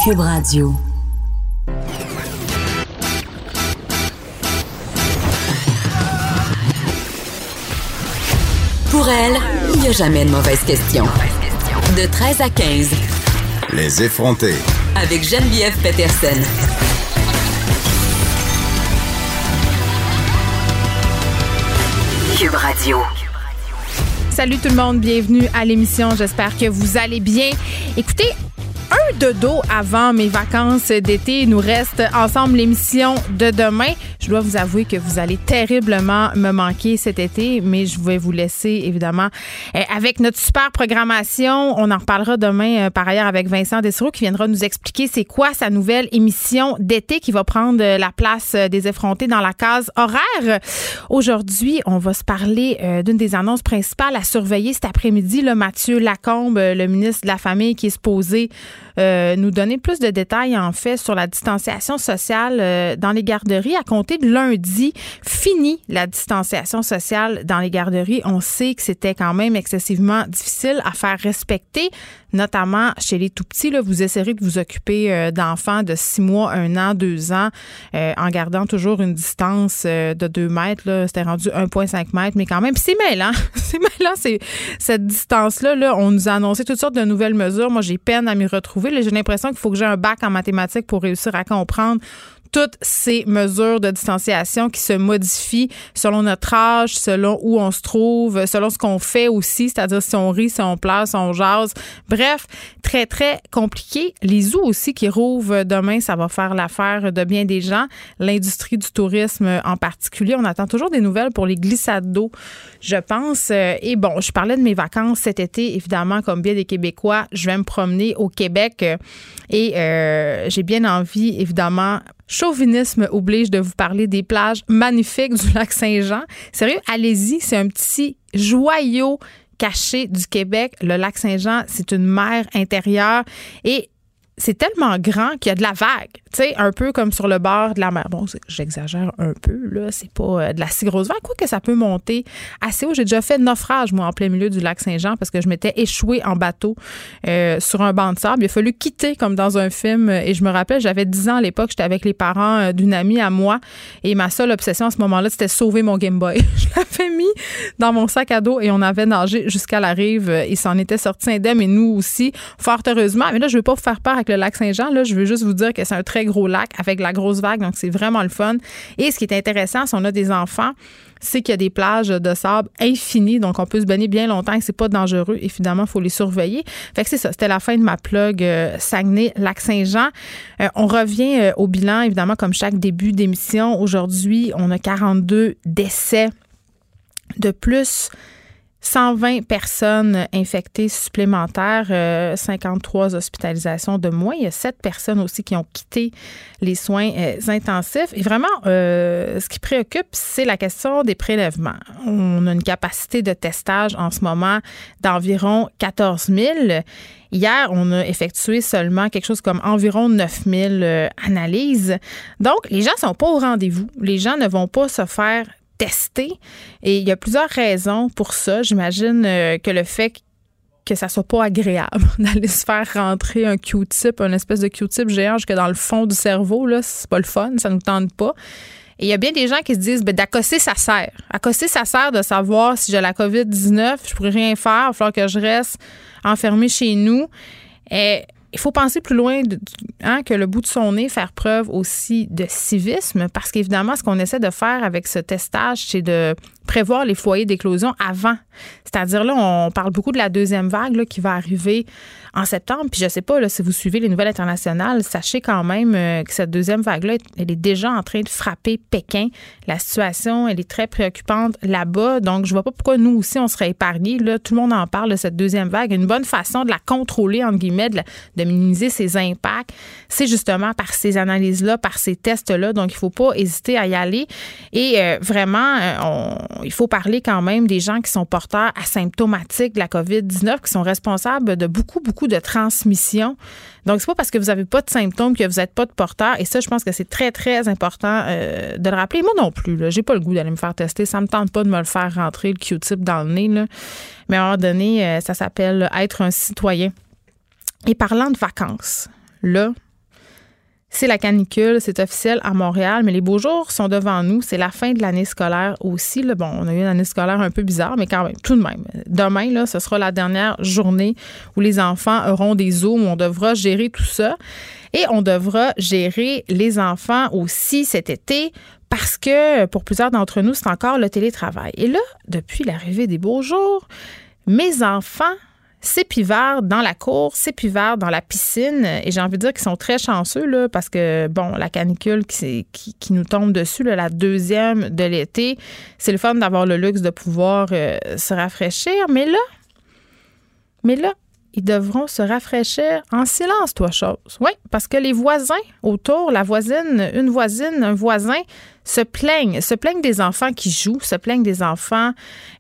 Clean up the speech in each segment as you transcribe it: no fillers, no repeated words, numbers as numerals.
Cube Radio. Pour elle, il n'y a jamais de mauvaise question. De 13 à 15. Les effrontés. Avec Geneviève Peterson. Cube Radio. Salut tout le monde, bienvenue à l'émission. J'espère que vous allez bien. Écoutez, un dodo avant mes vacances d'été. Il nous reste ensemble l'émission de demain. Je dois vous avouer que vous allez terriblement me manquer cet été, mais je vais vous laisser évidemment avec notre super programmation. On en reparlera demain par ailleurs avec Vincent Dessereau qui viendra nous expliquer c'est quoi sa nouvelle émission d'été qui va prendre la place des effrontés dans la case horaire. Aujourd'hui, on va se parler d'une des annonces principales à surveiller cet après-midi. Là, Mathieu Lacombe, le ministre de la Famille, qui est supposé nous donner plus de détails en fait sur la distanciation sociale dans les garderies. À compter de lundi, fini la distanciation sociale dans les garderies. On sait que c'était quand même excessivement difficile à faire respecter, notamment chez les tout-petits. Là, vous essayerez de vous occuper d'enfants de 6 mois, 1 an, 2 ans, en gardant toujours une distance de 2 mètres. Là, c'était rendu 1,5 mètres, mais quand même, c'est mêlant. C'est mêlant, cette distance-là. Là, on nous a annoncé toutes sortes de nouvelles mesures. Moi, j'ai peine à m'y retrouver. Là, j'ai l'impression qu'il faut que j'ai un bac en mathématiques pour réussir à comprendre toutes ces mesures de distanciation qui se modifient selon notre âge, selon où on se trouve, selon ce qu'on fait aussi, c'est-à-dire si on rit, si on pleure, si on jase. Bref, très, très compliqué. Les zoos aussi qui rouvrent demain, ça va faire l'affaire de bien des gens. L'industrie du tourisme en particulier. On attend toujours des nouvelles pour les glissades d'eau, je pense. Et bon, je parlais de mes vacances cet été. Évidemment, comme bien des Québécois, je vais me promener au Québec et j'ai bien envie, évidemment, chauvinisme oblige de vous parler des plages magnifiques du lac Saint-Jean. Sérieux, allez-y, c'est un petit joyau caché du Québec. Le lac Saint-Jean, c'est une mer intérieure et c'est tellement grand qu'il y a de la vague, tu sais, un peu comme sur le bord de la mer. Bon, j'exagère un peu, là, c'est pas de la si grosse vague, quoique ça peut monter assez haut. J'ai déjà fait naufrage, moi, en plein milieu du lac Saint-Jean parce que je m'étais échouée en bateau sur un banc de sable. Il a fallu quitter comme dans un film et je me rappelle, j'avais 10 ans à l'époque, j'étais avec les parents d'une amie à moi et ma seule obsession à ce moment-là, c'était sauver mon Game Boy. Je l'avais mis dans mon sac à dos et on avait nagé jusqu'à la rive. Il s'en était sorti indemne et nous aussi, fort heureusement. Mais là, je veux pas vous faire peur avec le lac Saint-Jean. Là, je veux juste vous dire que c'est un très gros lac avec la grosse vague, donc c'est vraiment le fun. Et ce qui est intéressant, si on a des enfants, c'est qu'il y a des plages de sable infinies, donc on peut se baigner bien longtemps et c'est pas dangereux. Évidemment, il faut les surveiller. Fait que c'est ça, c'était la fin de ma plug Saguenay-Lac-Saint-Jean. On revient au bilan, évidemment, comme chaque début d'émission. Aujourd'hui, on a 42 décès de plus. 120 personnes infectées supplémentaires, 53 hospitalisations de moins. Il y a 7 personnes aussi qui ont quitté les soins intensifs. Et vraiment, ce qui préoccupe, c'est la question des prélèvements. On a une capacité de testage en ce moment d'environ 14 000. Hier, on a effectué seulement quelque chose comme environ 9 000 analyses. Donc, les gens ne sont pas au rendez-vous. Les gens ne vont pas se faire tester. Et il y a plusieurs raisons pour ça. J'imagine que le fait que ça soit pas agréable d'aller se faire rentrer un Q-tip, une espèce de Q-tip géant jusque dans le fond du cerveau, là, c'est pas le fun, ça nous tente pas. Et il y a bien des gens qui se disent, d'acosser, ça sert. Acosser, ça sert de savoir si j'ai la COVID-19, je pourrais rien faire, il va falloir que je reste enfermée chez nous. Et il faut penser plus loin que le bout de son nez, faire preuve aussi de civisme, parce qu'évidemment, ce qu'on essaie de faire avec ce testage, c'est de prévoir les foyers d'éclosion avant. C'est-à-dire, là, on parle beaucoup de la deuxième vague là, qui va arriver en septembre. Puis je sais pas là, si vous suivez les nouvelles internationales, sachez quand même que cette deuxième vague-là, elle est déjà en train de frapper Pékin. La situation, elle est très préoccupante là-bas. Donc, je vois pas pourquoi nous aussi, on serait épargnés. Là, tout le monde en parle de cette deuxième vague. Une bonne façon de la contrôler, entre guillemets, de minimiser ses impacts, c'est justement par ces analyses-là, par ces tests-là. Donc, il faut pas hésiter à y aller. Et vraiment, il faut parler quand même des gens qui sont porteurs asymptomatiques de la COVID-19, qui sont responsables de beaucoup de transmission. Donc, c'est pas parce que vous n'avez pas de symptômes que vous n'êtes pas de porteur. Et ça, je pense que c'est très, très important de le rappeler. Moi non plus, là, j'ai pas le goût d'aller me faire tester. Ça me tente pas de me le faire rentrer, le Q-tip dans le nez. Là. Mais à un moment donné, ça s'appelle être un citoyen. Et parlant de vacances, là, C'est la canicule, c'est officiel à Montréal, mais les beaux jours sont devant nous. C'est la fin de l'année scolaire aussi. Là. Bon, on a eu une année scolaire un peu bizarre, mais quand même, tout de même. Demain, là, ce sera la dernière journée où les enfants auront des Zooms, où on devra gérer tout ça. Et on devra gérer les enfants aussi cet été parce que pour plusieurs d'entre nous, c'est encore le télétravail. Et là, depuis l'arrivée des beaux jours, mes enfants s'épivèrent dans la cour, s'épivèrent dans la piscine. Et j'ai envie de dire qu'ils sont très chanceux là, parce que, bon, la canicule qui nous tombe dessus, là, la deuxième de l'été, c'est le fun d'avoir le luxe de pouvoir se rafraîchir. Mais là, ils devront se rafraîchir en silence, toi, chose. Oui, parce que les voisins autour, la voisine, une voisine, un voisin, se plaignent des enfants qui jouent, se plaignent des enfants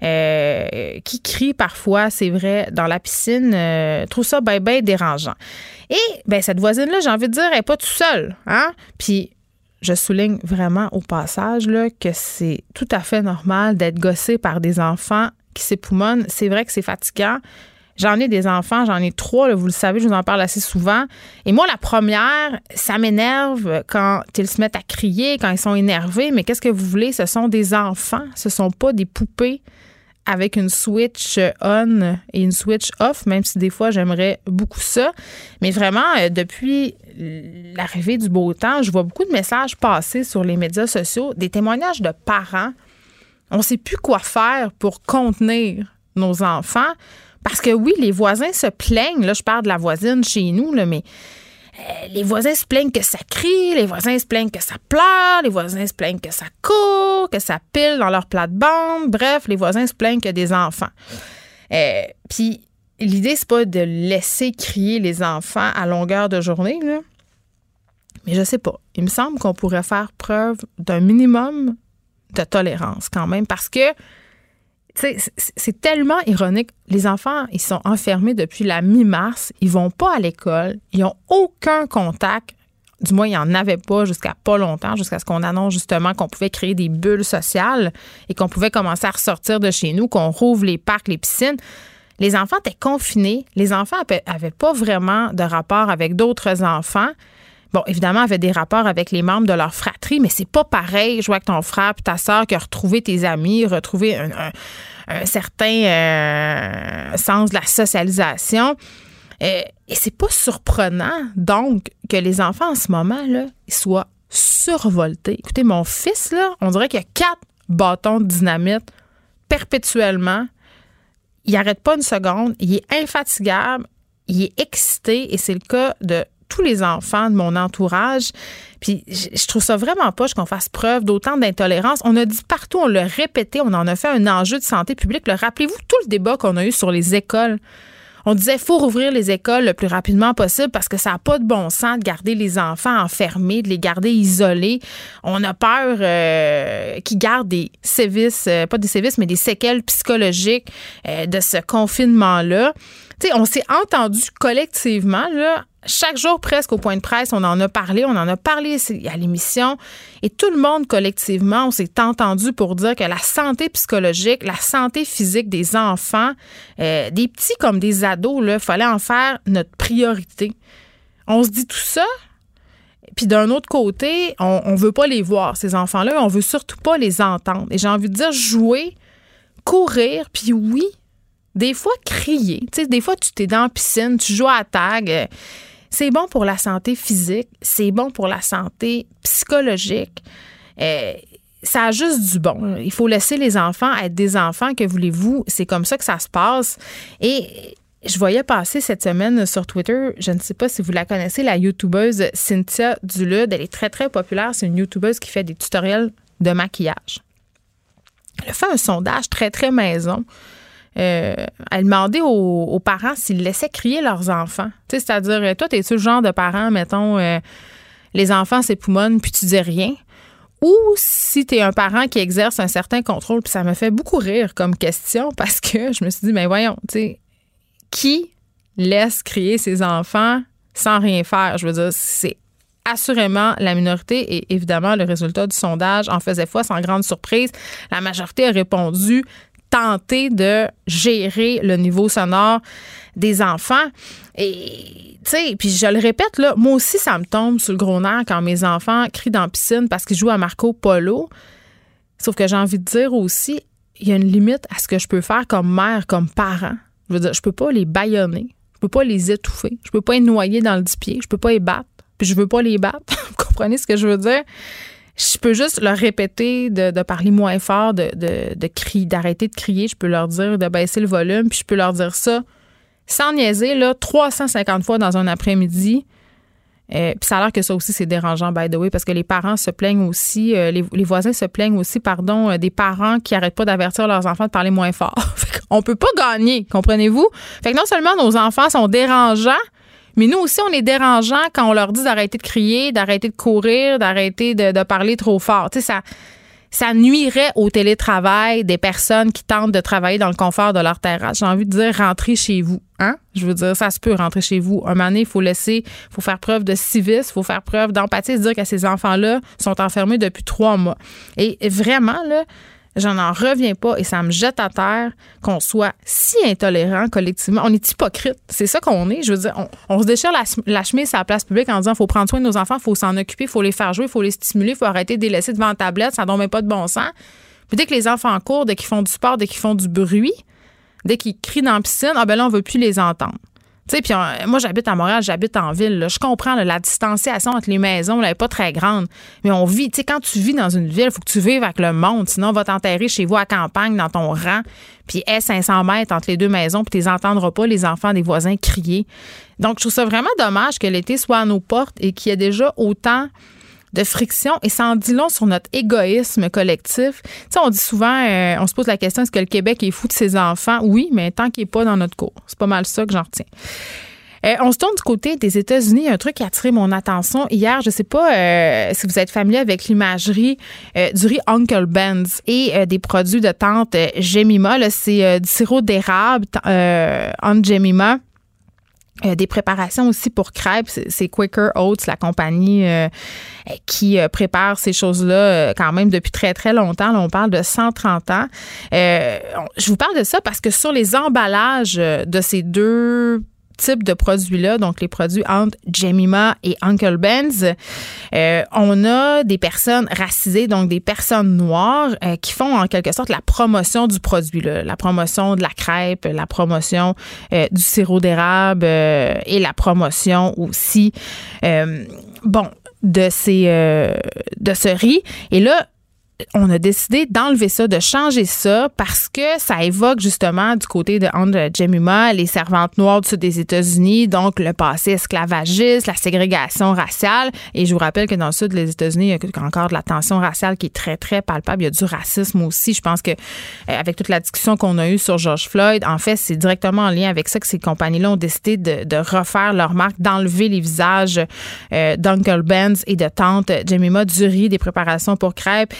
qui crient parfois, c'est vrai, dans la piscine, trouvent ça bien dérangeant. Et, bien, cette voisine-là, j'ai envie de dire, elle n'est pas toute seule, hein? Puis, je souligne vraiment au passage là, que c'est tout à fait normal d'être gossé par des enfants qui s'époumonnent. C'est vrai que c'est fatigant. J'en ai des enfants, j'en ai 3, là, vous le savez, je vous en parle assez souvent. Et moi, la première, ça m'énerve quand ils se mettent à crier, quand ils sont énervés. Mais qu'est-ce que vous voulez? Ce sont des enfants, ce sont pas des poupées avec une switch on et une switch off, même si des fois, j'aimerais beaucoup ça. Mais vraiment, depuis l'arrivée du beau temps, je vois beaucoup de messages passer sur les médias sociaux, des témoignages de parents. On ne sait plus quoi faire pour contenir nos enfants. Parce que oui, les voisins se plaignent. Là, je parle de la voisine chez nous, là, mais les voisins se plaignent que ça crie, les voisins se plaignent que ça pleure, les voisins se plaignent que ça court, que ça pile dans leur plate-bande. Bref, les voisins se plaignent que des enfants. Puis l'idée, c'est pas de laisser crier les enfants à longueur de journée, là. Mais je sais pas. Il me semble qu'on pourrait faire preuve d'un minimum de tolérance quand même parce que c'est tellement ironique. Les enfants, ils sont enfermés depuis la mi-mars. Ils vont pas à l'école. Ils n'ont aucun contact. Du moins, il n'y en avait pas jusqu'à pas longtemps, jusqu'à ce qu'on annonce justement qu'on pouvait créer des bulles sociales et qu'on pouvait commencer à ressortir de chez nous, qu'on rouvre les parcs, les piscines. Les enfants étaient confinés. Les enfants n'avaient pas vraiment de rapport avec d'autres enfants. Bon, évidemment, avaient des rapports avec les membres de leur fratrie, mais c'est pas pareil jouer avec ton frère puis ta sœur que retrouver tes amis, retrouver un certain sens de la socialisation. Et c'est pas surprenant, donc, que les enfants, en ce moment, là, ils soient survoltés. Écoutez, mon fils, là, on dirait qu'il y a 4 bâtons de dynamite perpétuellement. Il n'arrête pas une seconde. Il est infatigable. Il est excité. Et c'est le cas de tous les enfants de mon entourage. Puis je trouve ça vraiment poche qu'on fasse preuve d'autant d'intolérance. On a dit partout, on l'a répété, on en a fait un enjeu de santé publique. Rappelez-vous tout le débat qu'on a eu sur les écoles. On disait qu'il faut rouvrir les écoles le plus rapidement possible parce que ça n'a pas de bon sens de garder les enfants enfermés, de les garder isolés. On a peur qu'ils gardent des sévices, pas des sévices, mais des séquelles psychologiques de ce confinement-là. Tu sais, on s'est entendu collectivement, là, chaque jour presque au point de presse, on en a parlé à l'émission et tout le monde collectivement, on s'est entendu pour dire que la santé psychologique, la santé physique des enfants, des petits comme des ados, il fallait en faire notre priorité. On se dit tout ça, puis d'un autre côté, on veut pas les voir, ces enfants-là, on veut surtout pas les entendre. Et j'ai envie de dire jouer, courir, puis oui, des fois crier. Tu sais, des fois, tu t'es dans la piscine, tu joues à tag. C'est bon pour la santé physique, c'est bon pour la santé psychologique. Ça a juste du bon. Il faut laisser les enfants être des enfants, que voulez-vous. C'est comme ça que ça se passe. Et je voyais passer cette semaine sur Twitter, je ne sais pas si vous la connaissez, la YouTubeuse Cynthia Dulude. Elle est très, très populaire. C'est une YouTubeuse qui fait des tutoriels de maquillage. Elle a fait un sondage très, très maison. Elle demandait aux parents s'ils laissaient crier leurs enfants. Tu sais, c'est-à-dire, toi, t'es-tu le genre de parent, mettons, les enfants s'époumonnent puis tu dis rien? Ou si t'es un parent qui exerce un certain contrôle, puis ça me fait beaucoup rire comme question parce que je me suis dit, ben voyons, tu sais, qui laisse crier ses enfants sans rien faire? Je veux dire, c'est assurément la minorité et évidemment, le résultat du sondage en faisait foi sans grande surprise. La majorité a répondu tenter de gérer le niveau sonore des enfants. Et sais, puis je le répète, là, moi aussi, ça me tombe sur le gros nerf quand mes enfants crient dans la piscine parce qu'ils jouent à Marco Polo. Sauf que j'ai envie de dire aussi, il y a une limite à ce que je peux faire comme mère, comme parent. Je veux dire, je peux pas les bâillonner, je peux pas les étouffer, je peux pas les noyer dans le 10 pieds, je peux pas les battre, puis je veux pas les battre. Vous comprenez ce que je veux dire? Je peux juste leur répéter de parler moins fort, de crier, d'arrêter de crier. Je peux leur dire de baisser le volume, puis je peux leur dire ça sans niaiser, là, 350 fois dans un après-midi. Puis ça a l'air que ça aussi, c'est dérangeant, by the way, parce que les parents se plaignent aussi, les voisins se plaignent aussi, des parents qui n'arrêtent pas d'avertir leurs enfants de parler moins fort. On peut pas gagner, comprenez-vous? Fait que non seulement nos enfants sont dérangeants, mais nous aussi, on est dérangeants quand on leur dit d'arrêter de crier, d'arrêter de courir, d'arrêter de parler trop fort. Tu sais, ça nuirait au télétravail des personnes qui tentent de travailler dans le confort de leur terrasse. J'ai envie de dire, rentrez chez vous. Hein? Je veux dire, ça se peut rentrer chez vous. Un moment donné, il faut faire preuve de civisme, il faut faire preuve d'empathie et se dire que ces enfants-là sont enfermés depuis 3 mois. Et vraiment, là, j'en reviens pas et ça me jette à terre qu'on soit si intolérant collectivement. On est hypocrite. C'est ça qu'on est. Je veux dire, on se déchire la chemise à la place publique en disant qu'il faut prendre soin de nos enfants, il faut s'en occuper, il faut les faire jouer, il faut les stimuler, il faut arrêter de les laisser devant la tablette. Ça ne donne même pas de bon sens. Puis dès que les enfants courent, dès qu'ils font du sport, dès qu'ils font du bruit, dès qu'ils crient dans la piscine, là, on ne veut plus les entendre. Tu sais, puis moi, j'habite à Montréal, j'habite en ville. Là. Je comprends, là, la distanciation entre les maisons, elle n'est pas très grande. Mais on vit, tu sais, quand tu vis dans une ville, il faut que tu vives avec le monde. Sinon, on va t'enterrer chez vous à campagne, dans ton rang. Puis, 500 mètres entre les 2 maisons, puis tu les entendras pas, les enfants des voisins, crier. Donc, je trouve ça vraiment dommage que l'été soit à nos portes et qu'il y ait déjà autant de friction, et ça en dit long sur notre égoïsme collectif. Tu sais, on dit souvent, on se pose la question, est-ce que le Québec est fou de ses enfants? Oui, mais tant qu'il n'est pas dans notre cours. C'est pas mal ça que j'en retiens. On se tourne du côté des États-Unis. Il y a un truc qui a attiré mon attention hier. Je ne sais pas si vous êtes familier avec l'imagerie du riz Uncle Ben's et des produits de tante Jemima. Là, c'est du sirop d'érable Aunt Jemima. Des préparations aussi pour crêpes. C'est Quaker Oats, la compagnie qui prépare ces choses-là quand même depuis très, très longtemps. Là, on parle de 130 ans. Je vous parle de ça parce que sur les emballages de ces deux types de produits-là, donc les produits Aunt Jemima et Uncle Ben's, on a des personnes racisées, donc des personnes noires qui font en quelque sorte la promotion du produit-là, la promotion de la crêpe, la promotion du sirop d'érable et la promotion aussi, de ce riz. Et là, on a décidé d'enlever ça, de changer ça parce que ça évoque justement du côté de Aunt Jemima les servantes noires du sud des États-Unis, donc le passé esclavagiste, la ségrégation raciale. Et je vous rappelle que dans le sud des États-Unis, il y a encore de la tension raciale qui est très, très palpable. Il y a du racisme aussi. Je pense que avec toute la discussion qu'on a eue sur George Floyd, en fait, c'est directement en lien avec ça que ces compagnies-là ont décidé de refaire leur marque, d'enlever les visages d'Uncle Ben's et de tante Jemima, du riz, des préparations pour crêpes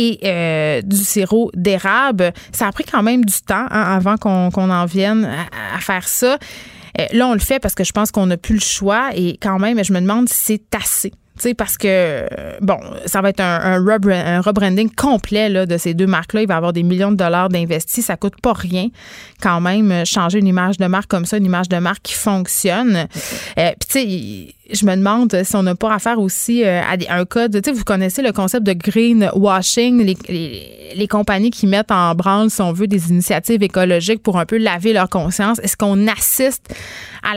et du sirop d'érable. Ça a pris quand même du temps avant qu'on en vienne à faire ça. Là, on le fait parce que je pense qu'on n'a plus le choix et quand même, je me demande si c'est assez. Tu sais, parce que, ça va être un rebranding complet là, de ces deux marques-là. Il va y avoir des millions de dollars d'investis. Ça coûte pas rien quand même changer une image de marque comme ça, une image de marque qui fonctionne. Puis, tu sais, je me demande si on n'a pas affaire aussi à un code. Tu sais, vous connaissez le concept de greenwashing, les compagnies qui mettent en branle, si on veut, des initiatives écologiques pour un peu laver leur conscience. Est-ce qu'on assiste à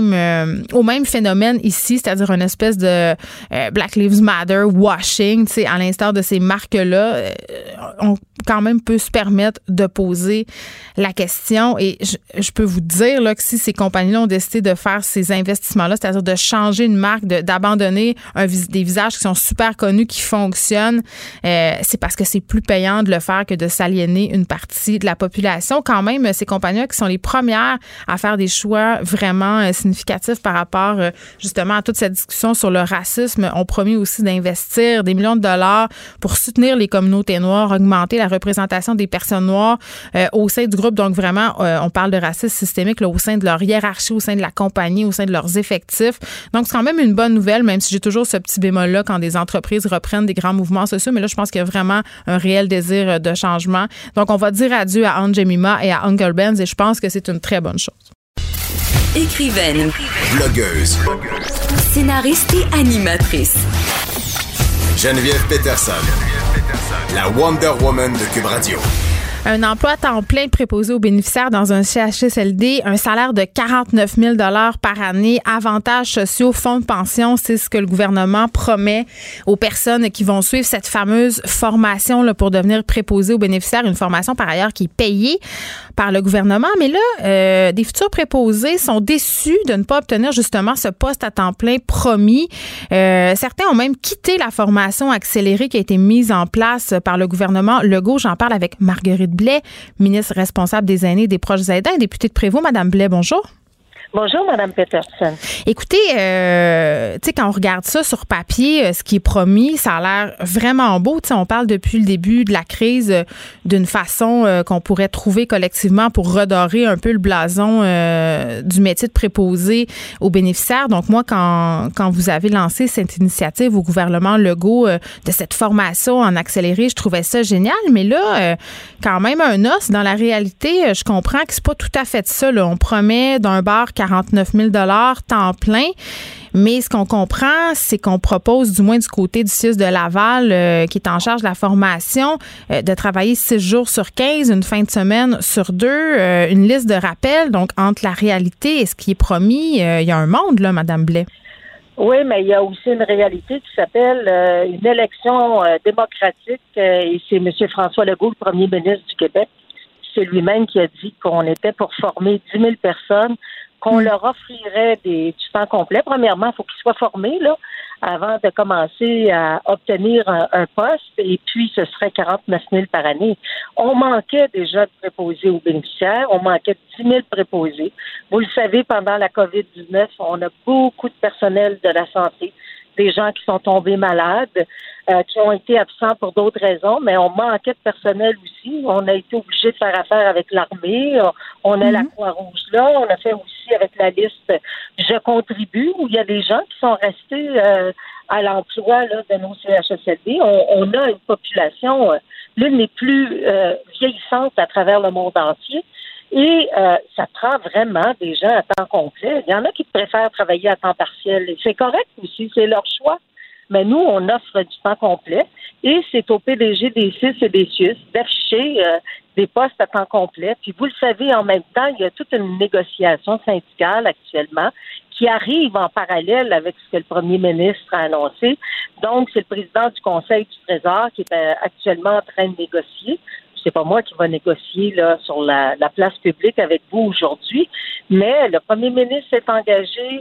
au même phénomène ici, c'est-à-dire une espèce de Black Lives Matter washing, tu sais, à l'instar de ces marques-là, on quand même peut se permettre de poser la question. Et je peux vous dire là, que si ces compagnies-là ont décidé de faire ces investissements-là, c'est-à-dire de changer une marque, d'abandonner des visages qui sont super connus, qui fonctionnent, c'est parce que c'est plus payant de le faire que de s'aliéner une partie de la population. Quand même, ces compagnies-là qui sont les premières à faire des choix vraiment significatifs par rapport justement à toute cette discussion sur le racisme, ont promis aussi d'investir des millions de dollars pour soutenir les communautés noires, augmenter la représentation des personnes noires au sein du groupe. Donc vraiment, on parle de racisme systémique là, au sein de leur hiérarchie, au sein de la compagnie, au sein de leurs effectifs. Donc, c'est quand même une bonne nouvelle, même si j'ai toujours ce petit bémol-là quand des entreprises reprennent des grands mouvements sociaux. Mais là, je pense qu'il y a vraiment un réel désir de changement. Donc, on va dire adieu à Aunt Jemima et à Uncle Ben's et je pense que c'est une très bonne chose. Écrivaine. Blogueuse. Scénariste et animatrice. Geneviève Peterson. La Wonder Woman de Cube Radio. Un emploi à temps plein préposé aux bénéficiaires dans un CHSLD, un salaire de 49 000 $ par année, avantages sociaux, fonds de pension, c'est ce que le gouvernement promet aux personnes qui vont suivre cette fameuse formation là, pour devenir préposé aux bénéficiaires, une formation par ailleurs qui est payée par le gouvernement. Mais là, des futurs préposés sont déçus de ne pas obtenir justement ce poste à temps plein promis. Certains ont même quitté la formation accélérée qui a été mise en place par le gouvernement Legault. J'en parle avec Marguerite Blais, ministre responsable des aînés et des proches aidants et députée de Prévost. Madame Blais, bonjour. Bonjour, Mme Peterson. Écoutez, tu sais, quand on regarde ça sur papier, ce qui est promis, ça a l'air vraiment beau. Tu sais, on parle depuis le début de la crise d'une façon qu'on pourrait trouver collectivement pour redorer un peu le blason du métier de préposé aux bénéficiaires. Donc, moi, quand vous avez lancé cette initiative au gouvernement Legault de cette formation en accéléré, je trouvais ça génial. Mais là, quand même un os. Dans la réalité, je comprends que c'est pas tout à fait ça, là. On promet d'un bar 49 000 $ temps plein. Mais ce qu'on comprend, c'est qu'on propose, du moins du côté du CIUS de Laval, qui est en charge de la formation, de travailler 6 jours sur 15, une fin de semaine sur 2, une liste de rappels. Donc, entre la réalité et ce qui est promis, il y a un monde, là, Mme Blais. Oui, mais il y a aussi une réalité qui s'appelle une élection démocratique et c'est M. François Legault, le premier ministre du Québec. C'est lui-même qui a dit qu'on était pour former 10 000 personnes, qu'on leur offrirait du temps complet. Premièrement, il faut qu'ils soient formés là, avant de commencer à obtenir un poste, et puis ce serait 49 000 par année. On manquait déjà de préposés aux bénéficiaires, on manquait de 10 000 préposés. Vous le savez, pendant la COVID-19, on a beaucoup de personnel de la santé, des gens qui sont tombés malades, qui ont été absents pour d'autres raisons, mais on manquait de personnel aussi. On a été obligé de faire affaire avec l'armée. On a la Croix-Rouge là. On a fait aussi avec la liste Je contribue, où il y a des gens qui sont restés à l'emploi là, de nos CHSLD. On a une population, l'une des plus vieillissantes à travers le monde entier. Et ça prend vraiment des gens à temps complet. Il y en a qui préfèrent travailler à temps partiel. Et c'est correct aussi, c'est leur choix. Mais nous, on offre du temps complet et c'est au PDG des CIS et des CIUS d'afficher des postes à temps complet. Puis vous le savez, en même temps, il y a toute une négociation syndicale actuellement qui arrive en parallèle avec ce que le premier ministre a annoncé. Donc, c'est le président du Conseil du Trésor qui est actuellement en train de négocier. C'est pas moi qui va négocier là sur la place publique avec vous aujourd'hui, mais le premier ministre s'est engagé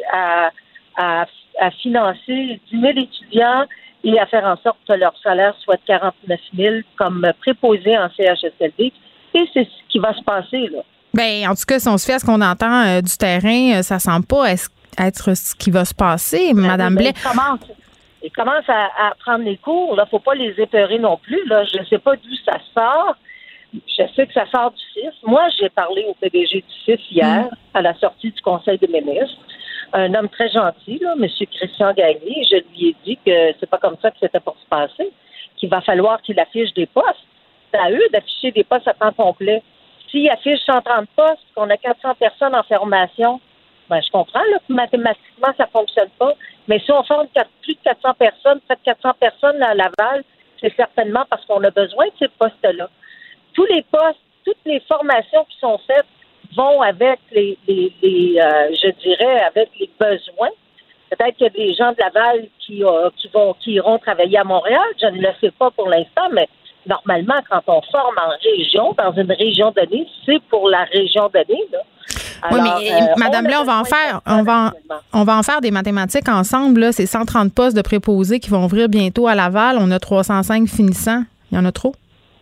à financer 10 000 étudiants et à faire en sorte que leur salaire soit de 49 000 comme préposés en CHSLD. Et c'est ce qui va se passer, là. Bien, en tout cas, si on se fait à ce qu'on entend du terrain, ça semble pas être ce qui va se passer, Mme Blais. Ils commencent à prendre les cours. Là, faut pas les épeurer non plus. Là, je sais pas d'où ça sort. Je sais que ça sort du CIS. Moi, j'ai parlé au PDG du CIS hier, à la sortie du Conseil des ministres. Un homme très gentil, là, M. Christian Gagné. Je lui ai dit que c'est pas comme ça que c'était pour se passer, qu'il va falloir qu'il affiche des postes. C'est à eux d'afficher des postes à temps complet. S'ils affichent 130 postes, qu'on a 400 personnes en formation, ben je comprends là, que mathématiquement, ça fonctionne pas. Mais si on forme plus de 400 personnes, près de 400 personnes là, à Laval, c'est certainement parce qu'on a besoin de ces postes-là. Tous les postes, toutes les formations qui sont faites vont avec je dirais, avec les besoins. Peut-être qu'il y a des gens de Laval qui iront travailler à Montréal. Je ne le sais pas pour l'instant, mais normalement, quand on forme en région, dans une région donnée, c'est pour la région donnée, là. Alors, oui, mais Mme Blais, on va en faire des mathématiques ensemble, là. C'est 130 postes de préposés qui vont ouvrir bientôt à Laval. On a 305 finissants. Il y en a trop?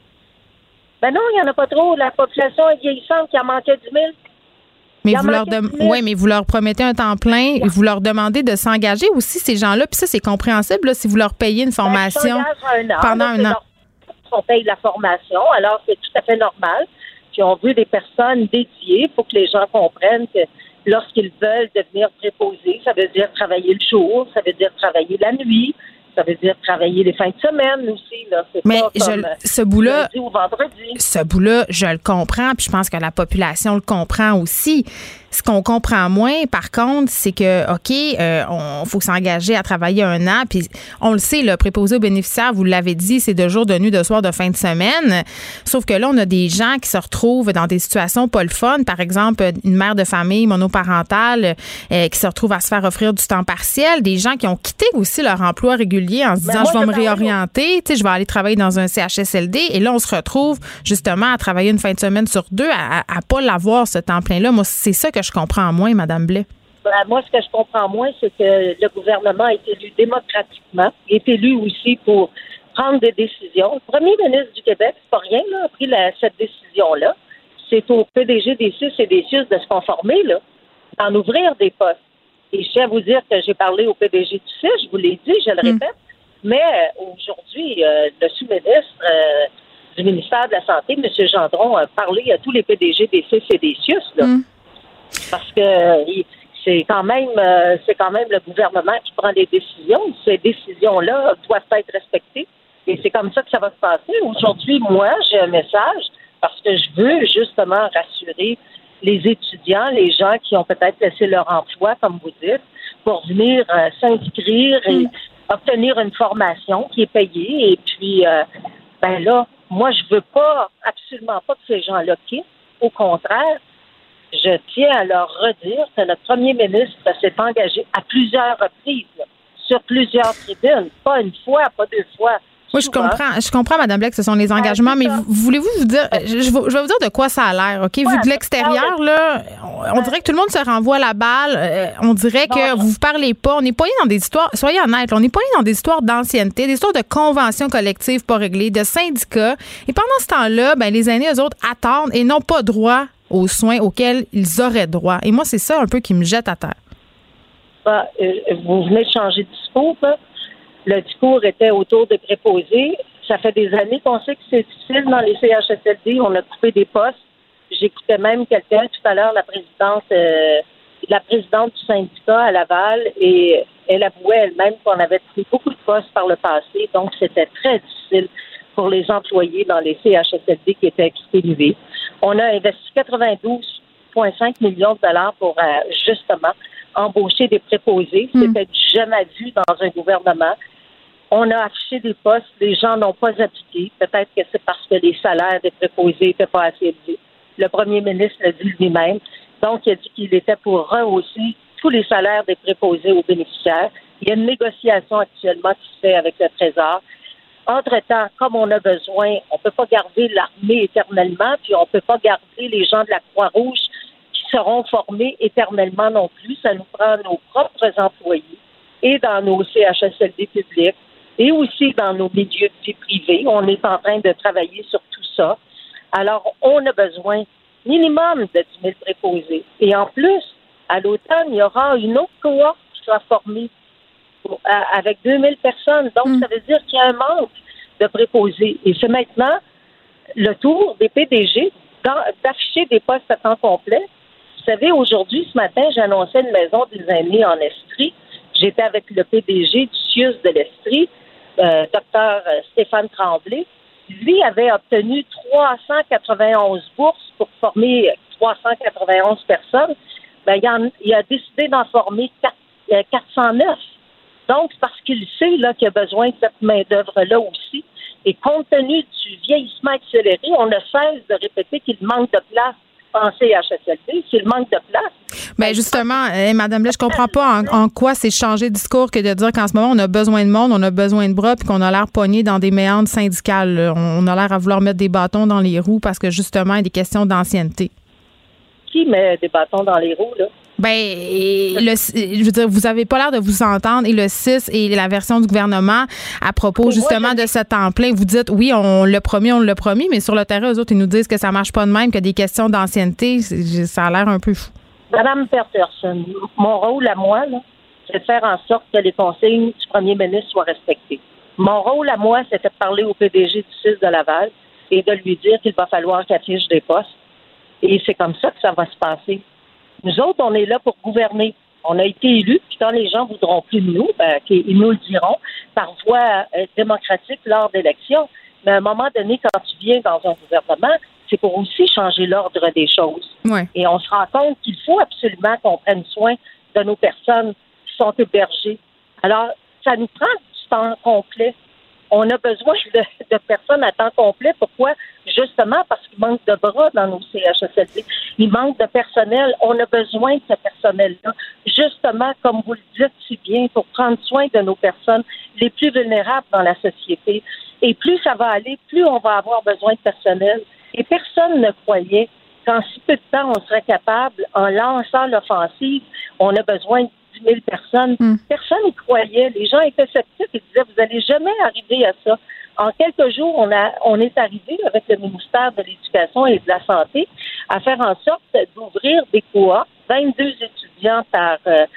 Ben non, il n'y en a pas trop. La population est vieillissante qui en manquait 10 000. Mais mais vous leur promettez un temps plein et vous leur demandez de s'engager aussi, ces gens-là. Puis ça, c'est compréhensible là, si vous leur payez une formation pendant un an. On paye la formation, alors c'est tout à fait normal. Puis on veut des personnes dédiées. Il faut que les gens comprennent que lorsqu'ils veulent devenir préposés, ça veut dire travailler le jour, ça veut dire travailler la nuit, ça veut dire travailler les fins de semaine aussi. Là. C'est mais pas comme ce bout-là, lundi ou vendredi. Ce bout-là, je le comprends, puis je pense que la population le comprend aussi. Ce qu'on comprend moins, par contre, c'est que, OK, faut s'engager à travailler 1 an, puis on le sait, le préposé aux bénéficiaires, vous l'avez dit, c'est de jour, de nuit, de soir, de fin de semaine. Sauf que là, on a des gens qui se retrouvent dans des situations pas le fun. Par exemple, une mère de famille monoparentale qui se retrouve à se faire offrir du temps partiel. Des gens qui ont quitté aussi leur emploi régulier en se disant, je vais me réorienter, je vais aller travailler dans un CHSLD. Et là, on se retrouve justement à travailler une fin de semaine sur 2, à pas l'avoir, ce temps plein-là. Moi, c'est ça que je comprends moins, Mme Blais. Moi, ce que je comprends moins, c'est que le gouvernement est élu démocratiquement. Il est élu aussi pour prendre des décisions. Le premier ministre du Québec, c'est pas rien, là, a pris cette décision-là. C'est au PDG des CIS et des CIUS de se conformer, là, d'en ouvrir des postes. Et je tiens à vous dire que j'ai parlé au PDG du CIS, je vous l'ai dit, je le répète, mais aujourd'hui, le sous-ministre du ministère de la Santé, M. Gendron, a parlé à tous les PDG des CIS et des CIUS, là, parce que c'est quand même le gouvernement qui prend les décisions. Ces décisions-là doivent être respectées. Et c'est comme ça que ça va se passer. Aujourd'hui, moi, j'ai un message parce que je veux justement rassurer les étudiants, les gens qui ont peut-être laissé leur emploi, comme vous dites, pour venir s'inscrire et obtenir une formation qui est payée. Et puis, là, moi, je veux absolument pas que ces gens-là quittent. Au contraire, je tiens à leur redire que notre premier ministre s'est engagé à plusieurs reprises, là, sur plusieurs tribunes, pas une fois, pas 2 fois. Oui, je comprends, Mme Blais, que ce sont les engagements, mais voulez-vous vous dire, je vais vous dire de quoi ça a l'air, OK? Vu de l'extérieur, là, on dirait que tout le monde se renvoie la balle, on dirait que vous parlez pas, on n'est pas dans des histoires, soyez honnêtes, on n'est pas dans des histoires d'ancienneté, des histoires de conventions collectives pas réglées, de syndicats, et pendant ce temps-là, les aînés, eux autres, attendent et n'ont pas droit aux soins auxquels ils auraient droit. Et moi, c'est ça un peu qui me jette à terre. Vous venez de changer de discours, là. Le discours était autour des préposés. Ça fait des années qu'on sait que c'est difficile dans les CHSLD. On a coupé des postes. J'écoutais même quelqu'un tout à l'heure, la présidente du syndicat à Laval, et elle avouait elle-même qu'on avait coupé beaucoup de postes par le passé. Donc, c'était très difficile pour les employés dans les CHSLD qui étaient privés. On a investi 92,5 millions de dollars pour justement embaucher des préposés. C'était jamais vu dans un gouvernement. On a affiché des postes, les gens n'ont pas appliqué. Peut-être que c'est parce que les salaires des préposés n'étaient pas assez élevés. Le premier ministre l'a dit lui-même. Donc, il a dit qu'il était pour rehausser tous les salaires des préposés aux bénéficiaires. Il y a une négociation actuellement qui se fait avec le Trésor. Entre-temps, comme on a besoin, on ne peut pas garder l'armée éternellement, puis on ne peut pas garder les gens de la Croix-Rouge qui seront formés éternellement non plus. Ça nous prend nos propres employés et dans nos CHSLD publics et aussi dans nos milieux de vie privés. On est en train de travailler sur tout ça. Alors, on a besoin minimum de 10 000 préposés. Et en plus, à l'automne, il y aura une autre cohorte qui sera formée avec 2 000 personnes. Donc, ça veut dire qu'il y a un manque de préposés. Et c'est maintenant le tour des PDG d'afficher des postes à temps complet. Vous savez, aujourd'hui, ce matin, j'annonçais une maison des aînés en Estrie. J'étais avec le PDG du CIUS de l'Estrie, Dr Stéphane Tremblay. Lui avait obtenu 391 bourses pour former 391 personnes. Il a décidé d'en former 409. Donc, parce qu'il sait là, qu'il y a besoin de cette main-d'œuvre-là aussi. Et compte tenu du vieillissement accéléré, on ne cesse de répéter qu'il manque de place en CHSLD, c'est le manque de place. Bien, justement, Mme Blais, je comprends pas en quoi c'est changer de discours que de dire qu'en ce moment, on a besoin de monde, on a besoin de bras, puis qu'on a l'air pogné dans des méandres syndicales. Là. On a l'air à vouloir mettre des bâtons dans les roues parce que, justement, il y a des questions d'ancienneté. Qui met des bâtons dans les roues, là? Je veux dire, vous avez pas l'air de vous entendre et le 6 et la version du gouvernement à propos justement de ce temps plein. Vous dites, oui, on l'a promis, mais sur le terrain, eux autres, ils nous disent que ça marche pas de même, que des questions d'ancienneté, ça a l'air un peu fou. Madame Peterson, mon rôle à moi, là, c'est de faire en sorte que les consignes du premier ministre soient respectées. Mon rôle à moi, c'était de parler au PDG du 6 de Laval et de lui dire qu'il va falloir qu'il affiche des postes. Et c'est comme ça que ça va se passer. Nous autres, on est là pour gouverner. On a été élus, puis quand les gens voudront plus de nous, ils nous le diront par voie démocratique lors d'élections. Mais à un moment donné, quand tu viens dans un gouvernement, il c'est pour aussi changer l'ordre des choses. Ouais. Et on se rend compte qu'il faut absolument qu'on prenne soin de nos personnes qui sont hébergées. Alors, ça nous prend du temps complet. On a besoin de personnes à temps complet. Pourquoi? Justement parce qu'il manque de bras dans nos CHSLD. Il manque de personnel. On a besoin de ce personnel-là. Justement, comme vous le dites si bien, pour prendre soin de nos personnes les plus vulnérables dans la société. Et plus ça va aller, plus on va avoir besoin de personnel. Et personne ne croyait qu'en si peu de temps, on serait capable, en lançant l'offensive, on a besoin de 10 000 personnes. Personne n'y croyait. Les gens étaient sceptiques et disaient, vous n'allez jamais arriver à ça. En quelques jours, on est arrivé avec le ministère de l'Éducation et de la Santé à faire en sorte d'ouvrir des cohortes, 22 étudiants par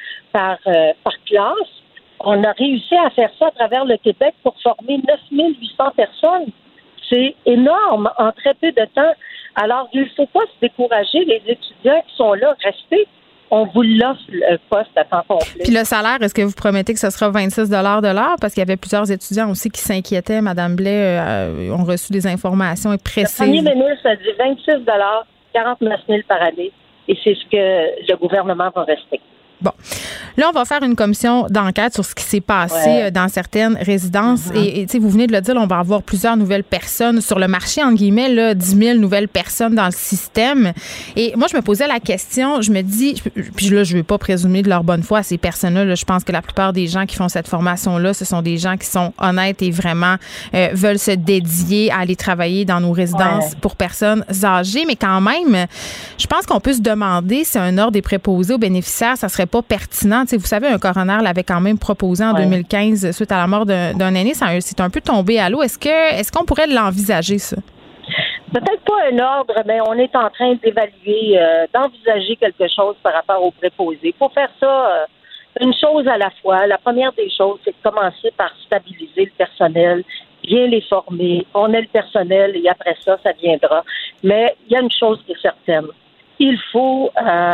classe. On a réussi à faire ça à travers le Québec pour former 9 800 personnes. C'est énorme en très peu de temps. Alors, il ne faut pas se décourager. Les étudiants qui sont là, restez. On vous l'offre le poste à temps complet. Puis le salaire, est-ce que vous promettez que ce sera 26 de l'heure? Parce qu'il y avait plusieurs étudiants aussi qui s'inquiétaient. Mme Blais ont reçu des informations précises. Le premier ministre a dit 26 49 000 par année. Et c'est ce que le gouvernement va respecter. Bon. Là, on va faire une commission d'enquête sur ce qui s'est passé dans certaines résidences. Et tu sais, vous venez de le dire, on va avoir plusieurs nouvelles personnes sur le marché, entre guillemets, là, 10 000 nouvelles personnes dans le système. Et moi, je me posais la question, je me dis, puis là, je ne veux pas présumer de leur bonne foi à ces personnes-là. Là, je pense que la plupart des gens qui font cette formation-là, ce sont des gens qui sont honnêtes et vraiment veulent se dédier à aller travailler dans nos résidences pour personnes âgées. Mais quand même, je pense qu'on peut se demander si un ordre est préposé aux bénéficiaires, ça serait pas pertinent. T'sais, vous savez, un coroner l'avait quand même proposé en 2015 suite à la mort d'un aîné. C'est un peu tombé à l'eau. Est-ce qu'on pourrait l'envisager, ça? Peut-être pas un ordre, mais on est en train d'évaluer, d'envisager quelque chose par rapport aux préposés. Il faut faire ça une chose à la fois. La première des choses, c'est de commencer par stabiliser le personnel, bien les former. On a le personnel et après ça viendra. Mais il y a une chose qui est certaine. Il faut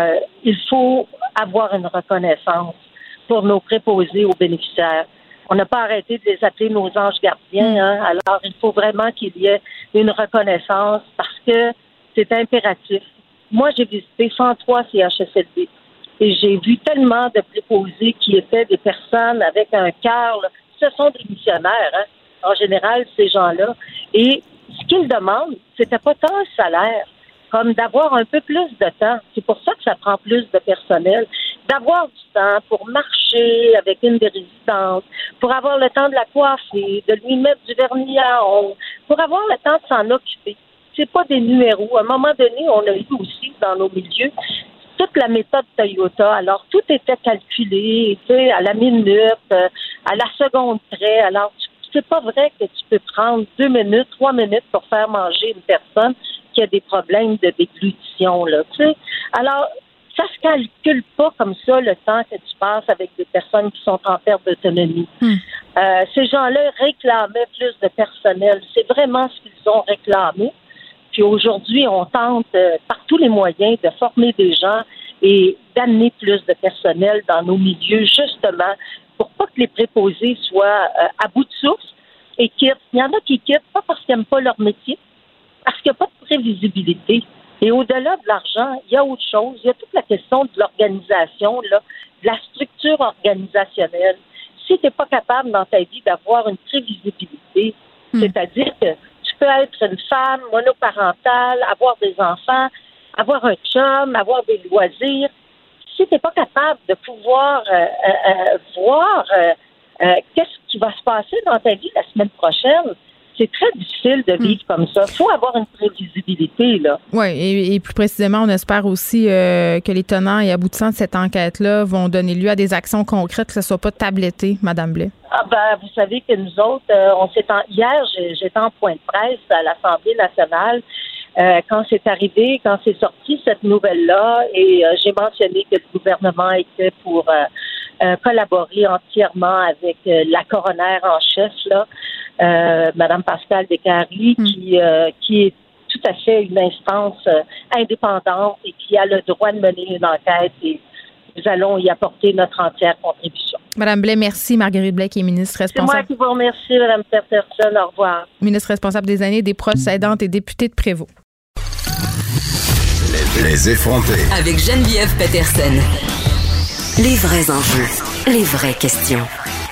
avoir une reconnaissance pour nos préposés aux bénéficiaires. On n'a pas arrêté de les appeler nos anges gardiens, hein? Alors il faut vraiment qu'il y ait une reconnaissance parce que c'est impératif. Moi, j'ai visité 103 CHSLD et j'ai vu tellement de préposés qui étaient des personnes avec un cœur. Ce sont des missionnaires, hein? En général, ces gens-là. Et ce qu'ils demandent, c'était pas tant un salaire, comme d'avoir un peu plus de temps. C'est pour ça que ça prend plus de personnel. D'avoir du temps pour marcher avec une des résidentes, pour avoir le temps de la coiffer, de lui mettre du vernis à ongles, pour avoir le temps de s'en occuper. C'est pas des numéros. À un moment donné, on a eu aussi dans nos milieux toute la méthode Toyota. Alors, tout était calculé, tu sais, à la minute, à la seconde près. Alors, c'est pas vrai que tu peux prendre 2 minutes, 3 minutes pour faire manger une personne qui a des problèmes de déglutition, là, tu sais. Alors, ça se calcule pas comme ça, le temps que tu passes avec des personnes qui sont en perte d'autonomie. Ces gens-là réclamaient plus de personnel. C'est vraiment ce qu'ils ont réclamé. Puis aujourd'hui, on tente par tous les moyens de former des gens et d'amener plus de personnel dans nos milieux, justement, pour pas que les préposés soient à bout de souffle et quittent. Il y en a qui quittent, pas parce qu'ils n'aiment pas leur métier, parce qu'il n'y a pas de prévisibilité. Et au-delà de l'argent, il y a autre chose. Il y a toute la question de l'organisation, là, de la structure organisationnelle. Si tu n'es pas capable dans ta vie d'avoir une prévisibilité, c'est-à-dire que tu peux être une femme monoparentale, avoir des enfants, avoir un chum, avoir des loisirs. Si tu n'es pas capable de pouvoir voir qu'est-ce qui va se passer dans ta vie la semaine prochaine, c'est très difficile de vivre comme ça. Il faut avoir une prévisibilité, là. Oui, et plus précisément, on espère aussi que les tenants et aboutissants de cette enquête-là vont donner lieu à des actions concrètes, que ce ne soit pas tabletté, Mme Blais. Ah ben, vous savez que nous autres, hier, j'étais en point de presse à l'Assemblée nationale quand c'est arrivé, quand c'est sorti cette nouvelle-là, et j'ai mentionné que le gouvernement était pour collaborer entièrement avec la coroner en chef, là, Mme Pascale Descaries, qui est tout à fait une instance indépendante et qui a le droit de mener une enquête, et nous allons y apporter notre entière contribution. Mme Blais, merci. Marguerite Blais, qui est ministre responsable. C'est moi qui vous remercie, Mme Peterson. Au revoir. Ministre responsable des aînés, des proches aidantes et députée de Prévost. Les effrontés. Avec Geneviève Peterson. Les vrais enjeux, les vraies questions.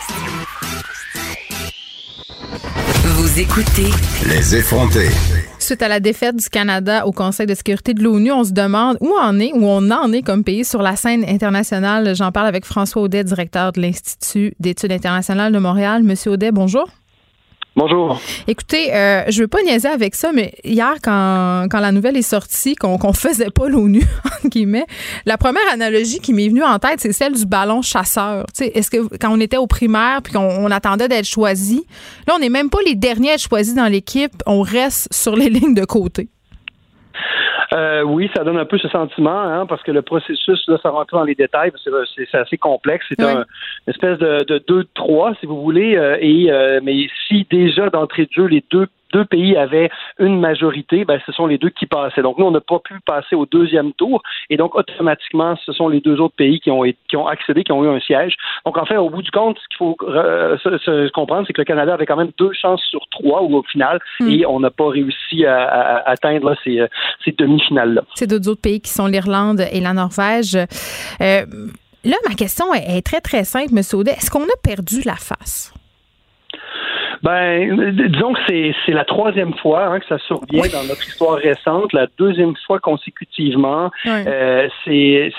Vous écoutez Les effrontés. Suite à la défaite du Canada au Conseil de sécurité de l'ONU, on se demande où on en est comme pays sur la scène internationale. J'en parle avec François Audet, directeur de l'Institut d'études internationales de Montréal. Monsieur Audet, bonjour. Bonjour. Écoutez, je veux pas niaiser avec ça, mais hier, quand la nouvelle est sortie, qu'on faisait pas l'ONU, entre guillemets, la première analogie qui m'est venue en tête, c'est celle du ballon chasseur. Tu sais, est-ce que quand on était au primaire puis qu'on attendait d'être choisi, là, on n'est même pas les derniers à être choisis dans l'équipe, on reste sur les lignes de côté. Oui, ça donne un peu ce sentiment, parce que le processus, là, ça rentre dans les détails, c'est assez complexe. C'est une espèce de 2-3, si vous voulez, mais si déjà d'entrée de jeu, les deux pays avaient une majorité, ce sont les deux qui passaient. Donc, nous, on n'a pas pu passer au deuxième tour. Et donc, automatiquement, ce sont les deux autres pays qui ont accédé, qui ont eu un siège. Donc, en fait, au bout du compte, ce qu'il faut se comprendre, c'est que le Canada avait quand même 2 chances sur 3 au final, et on n'a pas réussi à atteindre ces demi-finales-là. C'est d'autres autres pays qui sont l'Irlande et la Norvège. Là, ma question est très, très simple, M. Audet. Est-ce qu'on a perdu la face? Disons que c'est la 3e fois que ça survient dans notre histoire récente, la 2e fois consécutivement. Je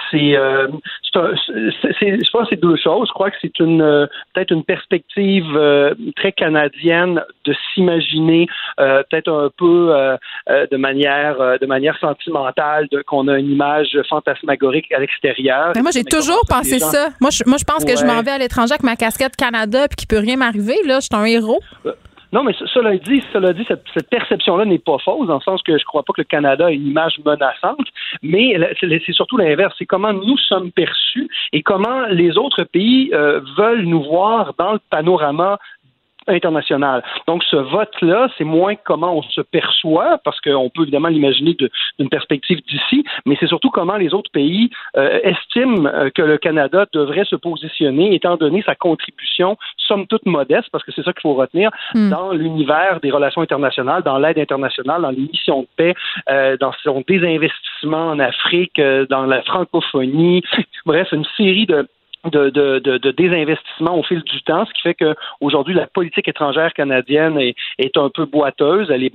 pense que c'est 2 choses. Je crois que c'est peut-être une perspective très canadienne de s'imaginer peut-être un peu de manière sentimentale qu'on a une image fantasmagorique à l'extérieur. Mais moi, j'ai toujours pensé ça. Moi, je pense que je m'en vais à l'étranger avec ma casquette Canada puis qu'il peut rien m'arriver. Là, je suis un héros. Non, mais cela dit, cette perception-là n'est pas fausse, dans le sens que je crois pas que le Canada a une image menaçante, mais c'est surtout l'inverse. C'est comment nous sommes perçus et comment les autres pays veulent nous voir dans le panorama international. Donc, ce vote-là, c'est moins comment on se perçoit, parce qu'on peut évidemment l'imaginer d'une perspective d'ici, mais c'est surtout comment les autres pays estiment que le Canada devrait se positionner, étant donné sa contribution, somme toute modeste, parce que c'est ça qu'il faut retenir, dans l'univers des relations internationales, dans l'aide internationale, dans les missions de paix, dans son désinvestissement en Afrique, dans la francophonie, bref, une série de désinvestissement au fil du temps, ce qui fait que aujourd'hui la politique étrangère canadienne est un peu boiteuse, elle est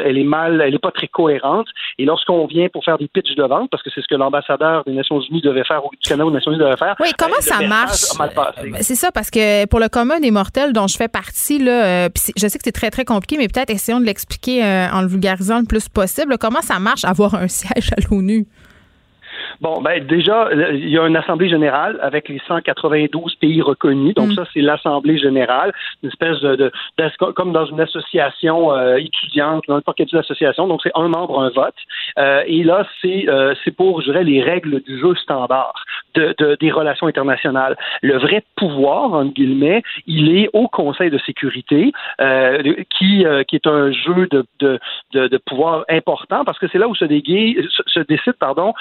pas très cohérente. Et lorsqu'on vient pour faire des pitchs de vente, parce que c'est ce que l'ambassadeur des Nations Unies devait faire, du Canada aux Nations Unies devait faire. Oui, comment ça marche? C'est ça, parce que pour le commun des mortels dont je fais partie, là, je sais que c'est très, très compliqué, mais peut-être essayons de l'expliquer en le vulgarisant le plus possible. Comment ça marche avoir un siège à l'ONU? Bon, déjà, il y a une assemblée générale avec les 192 pays reconnus. Donc ça, c'est l'assemblée générale, une espèce de comme dans une association étudiante, n'importe quelle association. Donc c'est un membre, un vote. Et là, c'est pour, je dirais, les règles du jeu standard des relations internationales. Le vrai pouvoir, entre guillemets, il est au Conseil de sécurité, qui est un jeu de pouvoir important, parce que c'est là où se décide,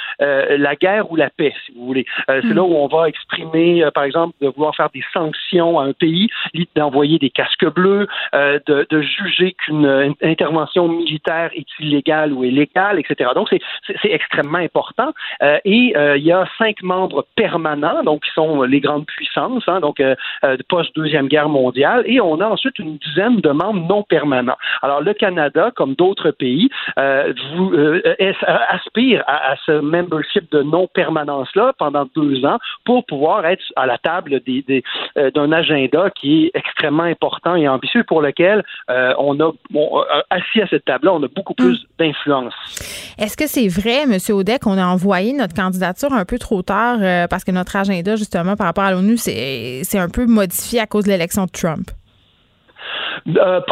la guerre ou la paix, si vous voulez. C'est là où on va exprimer, par exemple, de vouloir faire des sanctions à un pays, d'envoyer des casques bleus, de juger qu'une intervention militaire est illégale ou illégale, etc. Donc, c'est extrêmement important. Et il y a 5 membres permanents, donc qui sont les grandes puissances, donc post-Deuxième Guerre mondiale, et on a ensuite une dizaine de membres non permanents. Alors, le Canada, comme d'autres pays, aspire à ce membership de non-permanence-là pendant 2 ans pour pouvoir être à la table d'un agenda qui est extrêmement important et ambitieux, pour lequel assis à cette table-là, on a beaucoup plus d'influence. Est-ce que c'est vrai, M. Audet, qu'on a envoyé notre candidature un peu trop tard parce que notre agenda, justement, par rapport à l'ONU, c'est un peu modifié à cause de l'élection de Trump?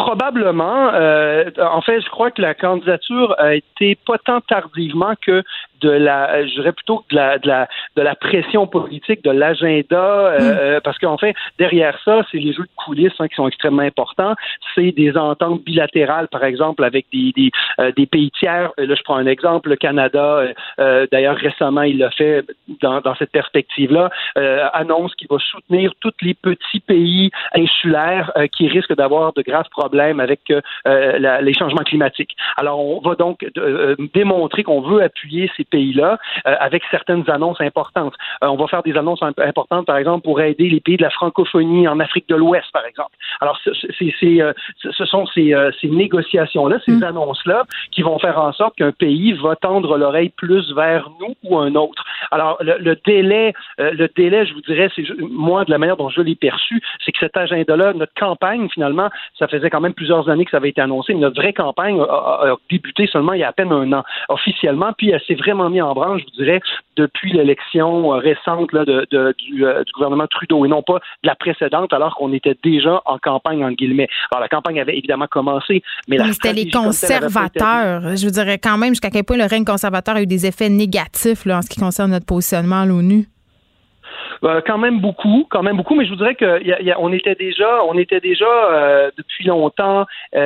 Probablement. En fait, je crois que la candidature a été pas tant tardivement que je dirais plutôt de la pression politique, de l'agenda, parce qu'en fait, derrière ça, c'est les jeux de coulisses qui sont extrêmement importants. C'est des ententes bilatérales, par exemple, avec des pays tiers. Là, je prends un exemple, le Canada, d'ailleurs récemment, il l'a fait dans cette perspective-là, annonce qu'il va soutenir tous les petits pays insulaires qui risquent d'avoir de graves problèmes avec les changements climatiques. Alors, on va donc démontrer qu'on veut appuyer ces pays-là avec certaines annonces importantes. On va faire des annonces importantes, par exemple, pour aider les pays de la francophonie en Afrique de l'Ouest, par exemple. Alors, ce sont ces négociations-là, ces annonces-là, qui vont faire en sorte qu'un pays va tendre l'oreille plus vers nous ou un autre. Alors, le délai, je vous dirais, moi, de la manière dont je l'ai perçu, c'est que cet agenda-là, notre campagne, finalement, ça faisait quand même plusieurs années que ça avait été annoncé, mais notre vraie campagne a débuté seulement il y a à peine un an, officiellement, puis elle s'est vraiment mise en branche, je vous dirais, depuis l'élection récente là, du gouvernement Trudeau, et non pas de la précédente, alors qu'on était déjà en campagne, entre guillemets. Alors, la campagne avait évidemment commencé, mais c'était les conservateurs. Je vous dirais quand même jusqu'à quel point le règne conservateur a eu des effets négatifs là, en ce qui concerne notre positionnement à l'ONU. Quand même beaucoup, mais je vous dirais que on était déjà depuis longtemps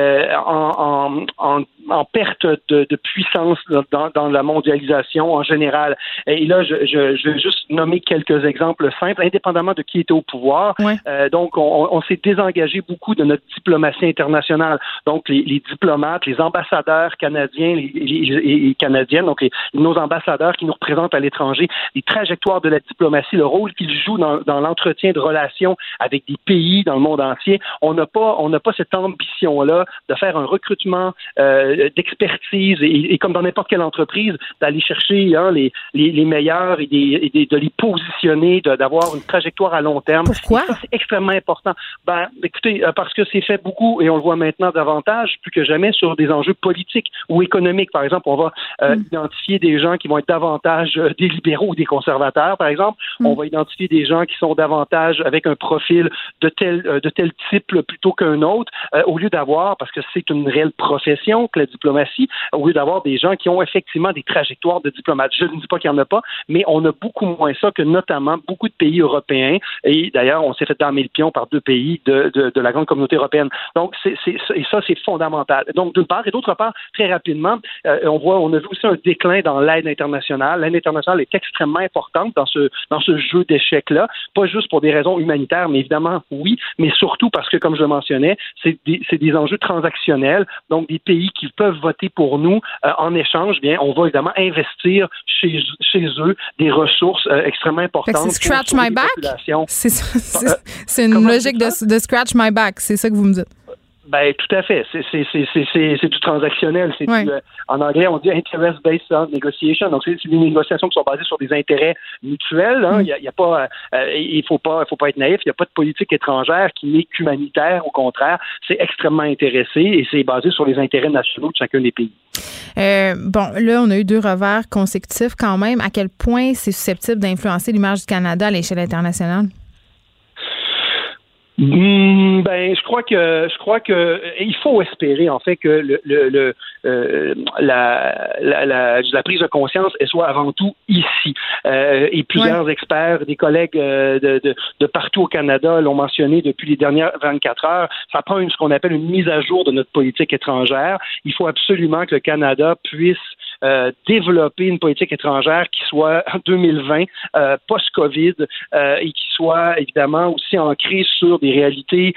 en perte de puissance dans la mondialisation en général. Et là, je vais juste nommer quelques exemples simples, indépendamment de qui était au pouvoir. Ouais. Donc, on s'est désengagé beaucoup de notre diplomatie internationale. Donc, les diplomates, les ambassadeurs canadiens et canadiennes, donc nos ambassadeurs qui nous représentent à l'étranger, les trajectoires de la diplomatie, le rôle qu'ils jouent dans l'entretien de relations avec des pays dans le monde entier. On n'a pas cette ambition-là de faire un recrutement d'expertise et comme dans n'importe quelle entreprise, d'aller chercher les meilleurs et de les positionner, d'avoir une trajectoire à long terme. Pourquoi? Ça, c'est extrêmement important. Écoutez, parce que c'est fait beaucoup et on le voit maintenant davantage, plus que jamais, sur des enjeux politiques ou économiques. Par exemple, on va identifier des gens qui vont être davantage des libéraux ou des conservateurs, par exemple. On va identifier des gens qui sont davantage avec un profil de tel type plutôt qu'un autre, au lieu d'avoir, parce que c'est une réelle profession que la diplomatie, au lieu d'avoir des gens qui ont effectivement des trajectoires de diplomates. Je ne dis pas qu'il n'y en a pas, mais on a beaucoup moins ça que notamment beaucoup de pays européens, et d'ailleurs, on s'est fait damer le pion par 2 pays de la grande communauté européenne. Donc, ça, c'est fondamental. Donc, d'une part, et d'autre part, très rapidement, on a vu aussi un déclin dans l'aide internationale. L'aide internationale est extrêmement importante dans ce jeu d'échecs-là, pas juste pour des raisons humanitaires, mais évidemment, oui, mais surtout parce que, comme je le mentionnais, c'est des enjeux transactionnels, donc des pays qui peuvent voter pour nous en échange, bien, on va évidemment investir chez eux des ressources extrêmement importantes. C'est scratch my back? C'est une logique de scratch my back, c'est ça que vous me dites? Ben, tout à fait. C'est du transactionnel. En anglais, on dit interest-based negotiation. Donc, c'est des négociations qui sont basées sur des intérêts mutuels. Hein. Il faut pas être naïf. Il n'y a pas de politique étrangère qui n'est qu'humanitaire. Au contraire, c'est extrêmement intéressé et c'est basé sur les intérêts nationaux de chacun des pays. Là, on a eu 2 revers consécutifs quand même. À quel point c'est susceptible d'influencer l'image du Canada à l'échelle internationale? Je crois que il faut espérer en fait que la prise de conscience elle soit avant tout ici. Et plusieurs experts, des collègues de partout au Canada l'ont mentionné depuis les dernières 24 heures. Ça prend ce qu'on appelle une mise à jour de notre politique étrangère. Il faut absolument que le Canada puisse développer une politique étrangère qui soit en 2020 post-Covid et qui soit évidemment aussi ancrée sur des réalités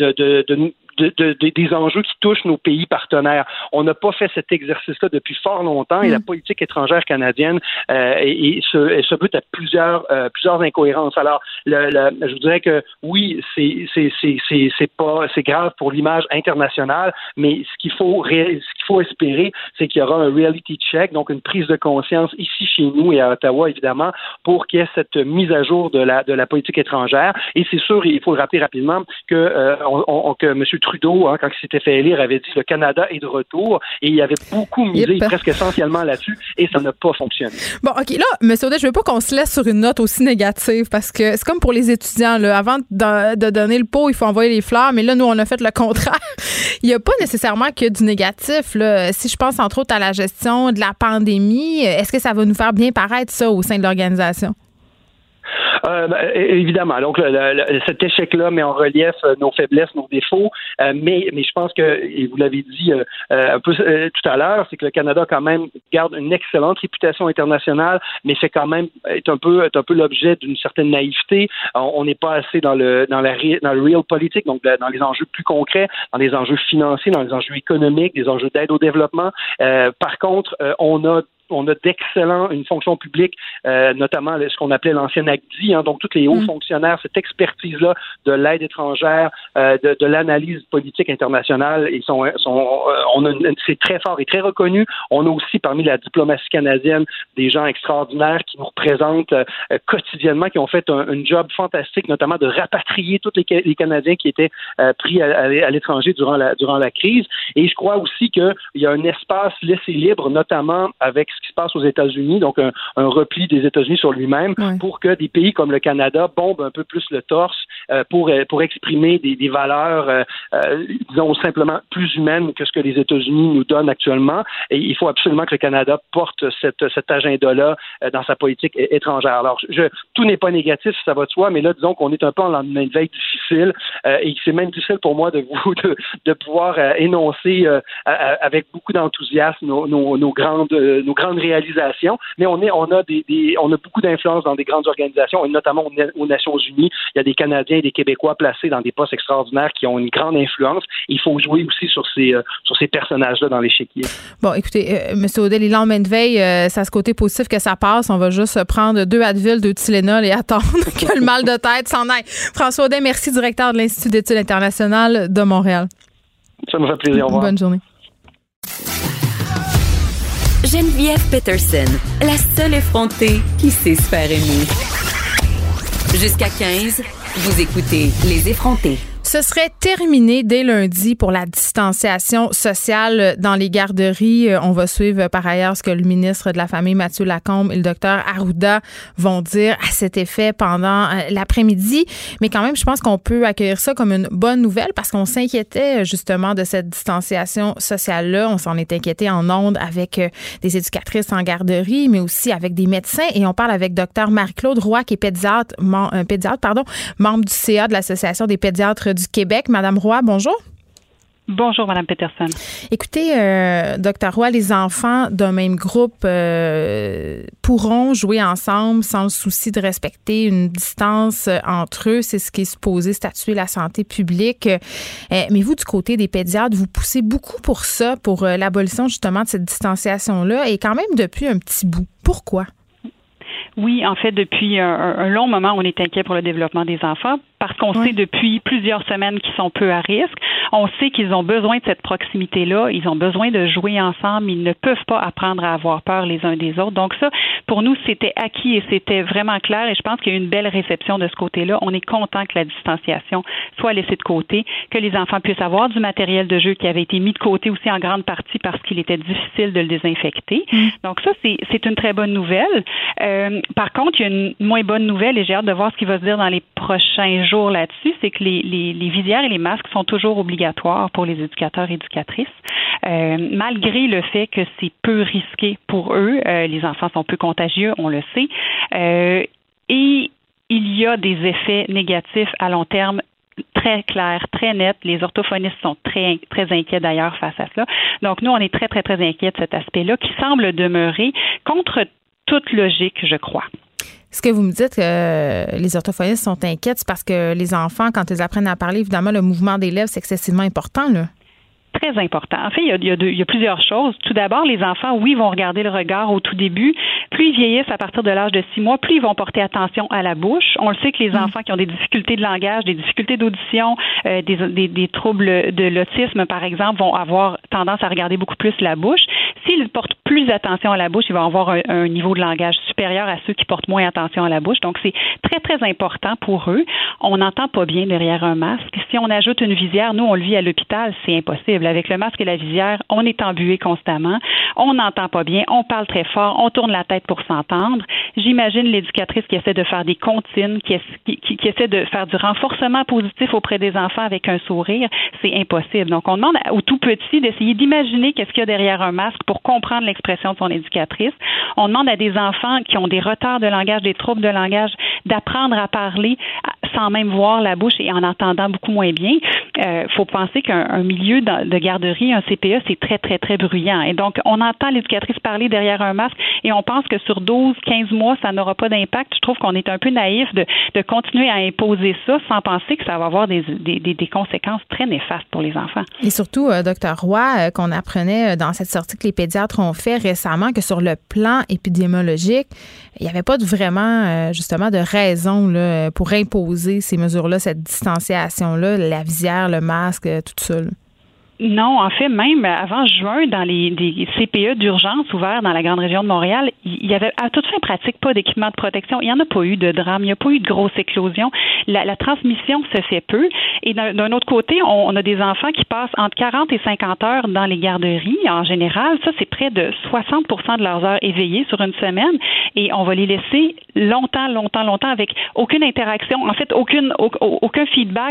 des enjeux qui touchent nos pays partenaires. On n'a pas fait cet exercice-là depuis fort longtemps et la politique étrangère canadienne se bute à plusieurs incohérences. Alors, je vous dirais que oui, c'est grave pour l'image internationale, mais ce qu'il faut espérer, c'est qu'il y aura un reality check, donc une prise de conscience ici chez nous et à Ottawa, évidemment, pour qu'il y ait cette mise à jour de la politique étrangère. Et c'est sûr, il faut le rappeler rapidement que M. Trudeau, quand il s'était fait élire, avait dit le Canada est de retour et il avait beaucoup misé presque essentiellement là-dessus et ça n'a pas fonctionné. Bon, OK, là, M. Audet, je veux pas qu'on se laisse sur une note aussi négative parce que c'est comme pour les étudiants, là. Avant de donner le pot, il faut envoyer les fleurs, mais là, nous, on a fait le contraire. Il n'y a pas nécessairement que du négatif, là. Si je pense entre autres à la gestion de la pandémie, est-ce que ça va nous faire bien paraître ça au sein de l'organisation? Évidemment. Donc, cet échec-là met en relief nos faiblesses, nos défauts. Mais je pense que, et vous l'avez dit un peu tout à l'heure, c'est que le Canada quand même garde une excellente réputation internationale, mais c'est quand même est un peu l'objet d'une certaine naïveté. On n'est pas assez dans le real politique, donc dans les enjeux plus concrets, dans les enjeux financiers, dans les enjeux économiques, des enjeux d'aide au développement. Par contre, on a une fonction publique, notamment ce qu'on appelait l'ancienne ACDI, donc tous les hauts fonctionnaires, cette expertise-là de l'aide étrangère, de l'analyse politique internationale, c'est très fort et très reconnu. On a aussi parmi la diplomatie canadienne des gens extraordinaires qui nous représentent quotidiennement, qui ont fait un job fantastique, notamment de rapatrier tous les Canadiens qui étaient pris à l'étranger durant la crise. Et je crois aussi qu'il y a un espace laissé libre, notamment avec ce qui se passe aux États-Unis, donc un repli des États-Unis sur lui-même, pour que des pays comme le Canada bombent un peu plus le torse pour exprimer des valeurs, disons simplement plus humaines que ce que les États-Unis nous donnent actuellement. Et il faut absolument que le Canada porte cet agenda-là dans sa politique étrangère. Alors, tout n'est pas négatif, ça va de soi, mais là, disons qu'on est un peu en lendemain de veille difficile, et c'est même difficile pour moi de pouvoir énoncer avec beaucoup d'enthousiasme nos grandes réalisations, mais on a beaucoup d'influence dans des grandes organisations, et notamment aux Nations Unies. Il y a des Canadiens et des Québécois placés dans des postes extraordinaires qui ont une grande influence. Il faut jouer aussi sur ces personnages-là dans l'échiquier. Bon, écoutez, M. Audet, les lendemains de veille, ça a ce côté positif que ça passe. On va juste prendre 2 Advil, 2 Tylenol et attendre que le mal de tête s'en aille. François Audet, merci, directeur de l'Institut d'études internationales de Montréal. Ça me fait plaisir. Au revoir. Bonne journée. Geneviève Peterson, la seule effrontée qui sait se faire aimer. Jusqu'à 15, vous écoutez Les effrontés. Ce serait terminé dès lundi pour la distanciation sociale dans les garderies. On va suivre par ailleurs ce que le ministre de la Famille, Mathieu Lacombe, et le docteur Arruda vont dire à cet effet pendant l'après-midi. Mais quand même, je pense qu'on peut accueillir ça comme une bonne nouvelle parce qu'on s'inquiétait justement de cette distanciation sociale-là. On s'en est inquiété en ondes avec des éducatrices en garderie, mais aussi avec des médecins. Et on parle avec docteur Marie-Claude Roy, qui est membre du CA de l'Association des pédiatres du Québec. Madame Roy, bonjour. Bonjour, Madame Peterson. Écoutez, Dr. Roy, les enfants d'un même groupe pourront jouer ensemble sans le souci de respecter une distance entre eux. C'est ce qui est supposé statuer la santé publique. Mais vous, du côté des pédiatres, vous poussez beaucoup pour ça, pour l'abolition justement de cette distanciation-là, et quand même depuis un petit bout. Pourquoi? Oui, en fait, depuis un long moment, on est inquiet pour le développement des enfants parce qu'on sait depuis plusieurs semaines qu'ils sont peu à risque. On sait qu'ils ont besoin de cette proximité-là. Ils ont besoin de jouer ensemble. Ils ne peuvent pas apprendre à avoir peur les uns des autres. Donc ça, pour nous, c'était acquis et c'était vraiment clair. Et je pense qu'il y a eu une belle réception de ce côté-là. On est content que la distanciation soit laissée de côté, que les enfants puissent avoir du matériel de jeu qui avait été mis de côté aussi en grande partie parce qu'il était difficile de le désinfecter. Donc ça, c'est une très bonne nouvelle. Par contre, il y a une moins bonne nouvelle et j'ai hâte de voir ce qui va se dire dans les prochains jours là-dessus, c'est que les visières et les masques sont toujours obligatoires pour les éducateurs et éducatrices, malgré le fait que c'est peu risqué pour eux. Les enfants sont peu contagieux, on le sait. Et il y a des effets négatifs à long terme très clairs, très nets. Les orthophonistes sont très, très inquiets d'ailleurs face à cela. Donc, nous, on est très, très, très inquiets de cet aspect-là qui semble demeurer contre toute logique, je crois. Ce que vous me dites que les orthophonistes sont inquiets, c'est parce que les enfants, quand ils apprennent à parler, évidemment, le mouvement des lèvres, c'est excessivement important, là. Très important. En fait, il y a plusieurs choses. Tout d'abord, les enfants, oui, vont regarder le regard au tout début. Plus ils vieillissent à partir de l'âge de 6 mois, plus ils vont porter attention à la bouche. On le sait que les enfants qui ont des difficultés de langage, des difficultés d'audition, des troubles de l'autisme, par exemple, vont avoir tendance à regarder beaucoup plus la bouche. S'ils portent plus attention à la bouche, ils vont avoir un niveau de langage supérieur à ceux qui portent moins attention à la bouche. Donc, c'est très, très important pour eux. On n'entend pas bien derrière un masque. si on ajoute une visière, nous, on le vit à l'hôpital, c'est impossible. Avec le masque et la visière, on est embué constamment, on n'entend pas bien, on parle très fort, on tourne la tête pour s'entendre. J'imagine l'éducatrice qui essaie de faire des comptines, qui essaie de faire du renforcement positif auprès des enfants avec un sourire, c'est impossible. Donc, on demande aux tout petits d'essayer d'imaginer qu'est-ce qu'il y a derrière un masque pour comprendre l'expression de son éducatrice. On demande à des enfants qui ont des retards de langage, des troubles de langage, d'apprendre à parler sans même voir la bouche et en entendant beaucoup moins bien. Faut penser qu'un milieu de garderie, un CPE, c'est très, très, très bruyant. Et donc, on entend l'éducatrice parler derrière un masque et on pense que sur 12, 15 mois, ça n'aura pas d'impact. Je trouve qu'on est un peu naïf de continuer à imposer ça sans penser que ça va avoir des conséquences très néfastes pour les enfants. Et surtout, Dr. Roy, qu'on apprenait dans cette sortie que les pédiatres ont fait récemment, que sur le plan épidémiologique, il n'y avait pas vraiment, justement, de raison là, pour imposer ces mesures-là, cette distanciation-là, la visière, le masque, tout ça, là. Non, en fait, même avant juin, dans des CPE d'urgence ouverts dans la grande région de Montréal, il y avait à toute fin pratique pas d'équipement de protection. Il n'y en a pas eu de drame, il n'y a pas eu de grosse éclosion. La transmission se fait peu. Et d'un autre côté, on a des enfants qui passent entre 40 et 50 heures dans les garderies. En général, ça, c'est près de 60% de leurs heures éveillées sur une semaine. Et on va les laisser longtemps avec aucune interaction. En fait, aucun feedback,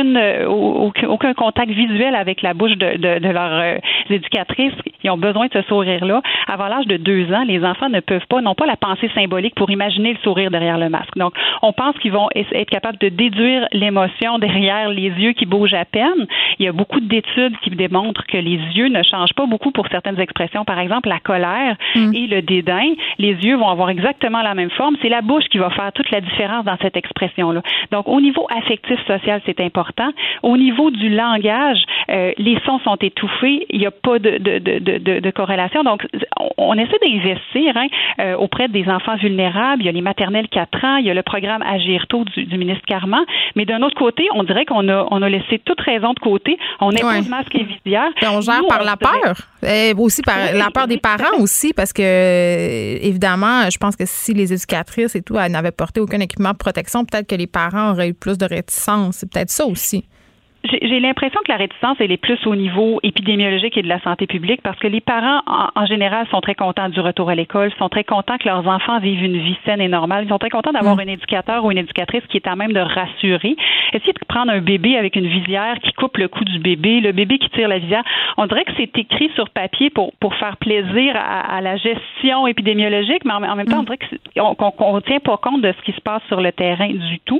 aucun contact visuel avec la bouche de leurs éducatrices. Ils ont besoin de ce sourire-là. Avant l'âge de 2 ans, les enfants n'ont pas la pensée symbolique pour imaginer le sourire derrière le masque. Donc, on pense qu'ils vont être capables de déduire l'émotion derrière les yeux qui bougent à peine. Il y a beaucoup d'études qui démontrent que les yeux ne changent pas beaucoup pour certaines expressions. Par exemple, la colère et le dédain. Les yeux vont avoir exactement la même forme. C'est la bouche qui va faire toute la différence dans cette expression-là. Donc, au niveau affectif social, c'est important. Au niveau du langage, les sons sont étouffés, il n'y a pas de corrélation. Donc, on essaie d'investir auprès des enfants vulnérables. Il y a les maternelles 4 ans, il y a le programme Agir tôt du ministre Carman. Mais d'un autre côté, on dirait qu'on a laissé toute raison de côté. On impose masque et visière. Et on gère par la peur. Aussi par la peur des parents aussi, parce que, évidemment, je pense que si les éducatrices et tout n'avaient porté aucun équipement de protection, peut-être que les parents auraient eu plus de réticence. C'est peut-être ça aussi. J'ai l'impression que la réticence, elle est plus au niveau épidémiologique et de la santé publique parce que les parents, en général, sont très contents du retour à l'école, sont très contents que leurs enfants vivent une vie saine et normale. Ils sont très contents d'avoir un éducateur ou une éducatrice qui est à même de rassurer. Essayer de prendre un bébé avec une visière qui coupe le cou du bébé, le bébé qui tire la visière, on dirait que c'est écrit sur papier pour faire plaisir à la gestion épidémiologique, mais en même temps, on dirait qu'on ne tient pas compte de ce qui se passe sur le terrain du tout.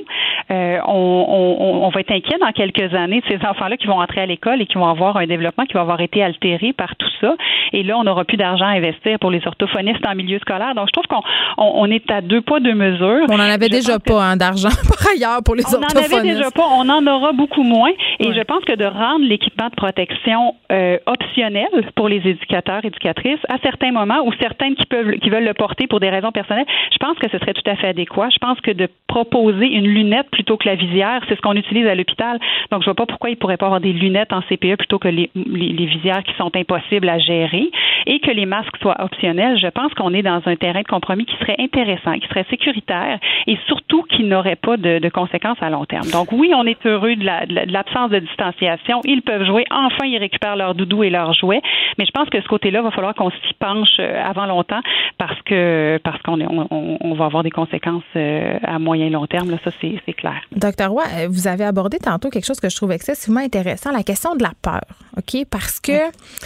On va être inquiet dans quelques années de ces enfants-là qui vont entrer à l'école et qui vont avoir un développement qui va avoir été altéré par tout ça. Et là, on n'aura plus d'argent à investir pour les orthophonistes en milieu scolaire. Donc, je trouve qu'on est à 2 poids 2 mesures. On n'en avait déjà pas d'argent par ailleurs pour les orthophonistes. On n'en avait déjà pas. On en aura beaucoup moins. Et je pense que de rendre l'équipement de protection optionnel pour les éducateurs, éducatrices, à certains moments ou certaines qui veulent le porter pour des raisons personnelles, je pense que ce serait tout à fait adéquat. Je pense que de proposer une lunette plutôt que la visière, c'est ce qu'on utilise à l'hôpital. Donc, je vois pas pourquoi il pourrait pas avoir des lunettes en CPE plutôt que les visières qui sont impossibles à gérer et que les masques soient optionnels. Je pense qu'on est dans un terrain de compromis qui serait intéressant, qui serait sécuritaire et surtout qui n'aurait pas de conséquences à long terme. Donc oui, on est heureux de l'absence de distanciation. Ils peuvent jouer. Enfin, ils récupèrent leur doudou et leurs jouets. Mais je pense que ce côté-là, va falloir qu'on s'y penche avant longtemps parce qu'on va avoir des conséquences à moyen et long terme. Là, ça, c'est clair. Docteur Roy, vous avez abordé tantôt quelque chose que je trouve excessivement intéressant, la question de la peur, OK? Parce que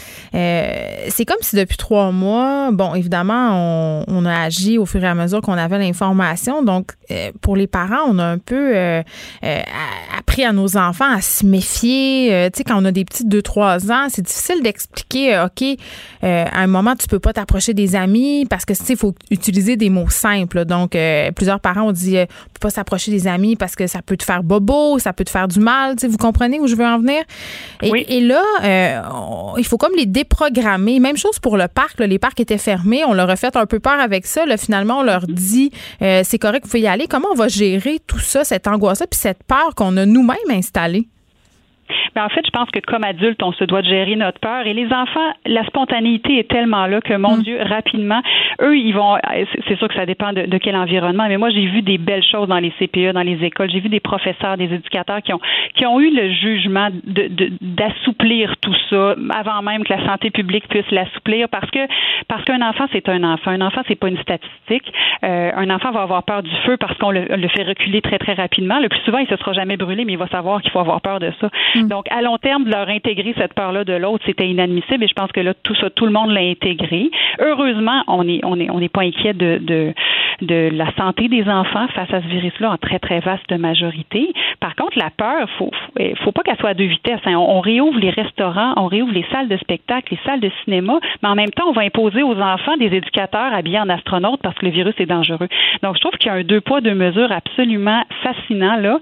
c'est comme si depuis 3 mois, bon, évidemment, on a agi au fur et à mesure qu'on avait l'information. Donc, pour les parents, on a un peu appris à nos enfants à se méfier. Tu sais, quand on a des petits de 2-3 ans, c'est difficile d'expliquer, OK, à un moment, tu peux pas t'approcher des amis parce que, tu sais, il faut utiliser des mots simples. Donc, plusieurs parents ont dit, on peut pas s'approcher des amis parce que ça peut te faire bobo, ça peut te faire du mal. Tu sais, vous comprenez où je veux en venir? Et là, il faut comme les déprogrammer. Même chose pour le parc. Là, les parcs étaient fermés. On leur a fait un peu peur avec ça. Là, finalement, on leur dit, c'est correct, vous pouvez y aller. Comment on va gérer tout ça, cette angoisse-là, puis cette peur qu'on a nous-mêmes installée? Mais en fait, je pense que comme adulte, on se doit de gérer notre peur. Et les enfants, la spontanéité est tellement là que, mon Dieu, rapidement, eux, ils vont... C'est sûr que ça dépend de quel environnement, mais moi, j'ai vu des belles choses dans les CPE, dans les écoles. J'ai vu des professeurs, des éducateurs qui ont eu le jugement d'assouplir tout ça avant même que la santé publique puisse l'assouplir parce qu'un enfant, c'est un enfant. Un enfant, c'est pas une statistique. Un enfant va avoir peur du feu parce qu'on le fait reculer très, très rapidement. Le plus souvent, il se sera jamais brûlé, mais il va savoir qu'il faut avoir peur de ça. Donc, à long terme, de leur intégrer cette peur-là de l'autre, c'était inadmissible et je pense que là, tout le monde l'a intégré. Heureusement, on n'est pas inquiet de la santé des enfants face à ce virus-là en très, très vaste majorité. Par contre, la peur, faut pas qu'elle soit à deux vitesses. Hein. On réouvre les restaurants, on réouvre les salles de spectacle, les salles de cinéma, mais en même temps, on va imposer aux enfants des éducateurs habillés en astronautes parce que le virus est dangereux. Donc, je trouve qu'il y a un 2 poids, 2 mesures absolument fascinant, là.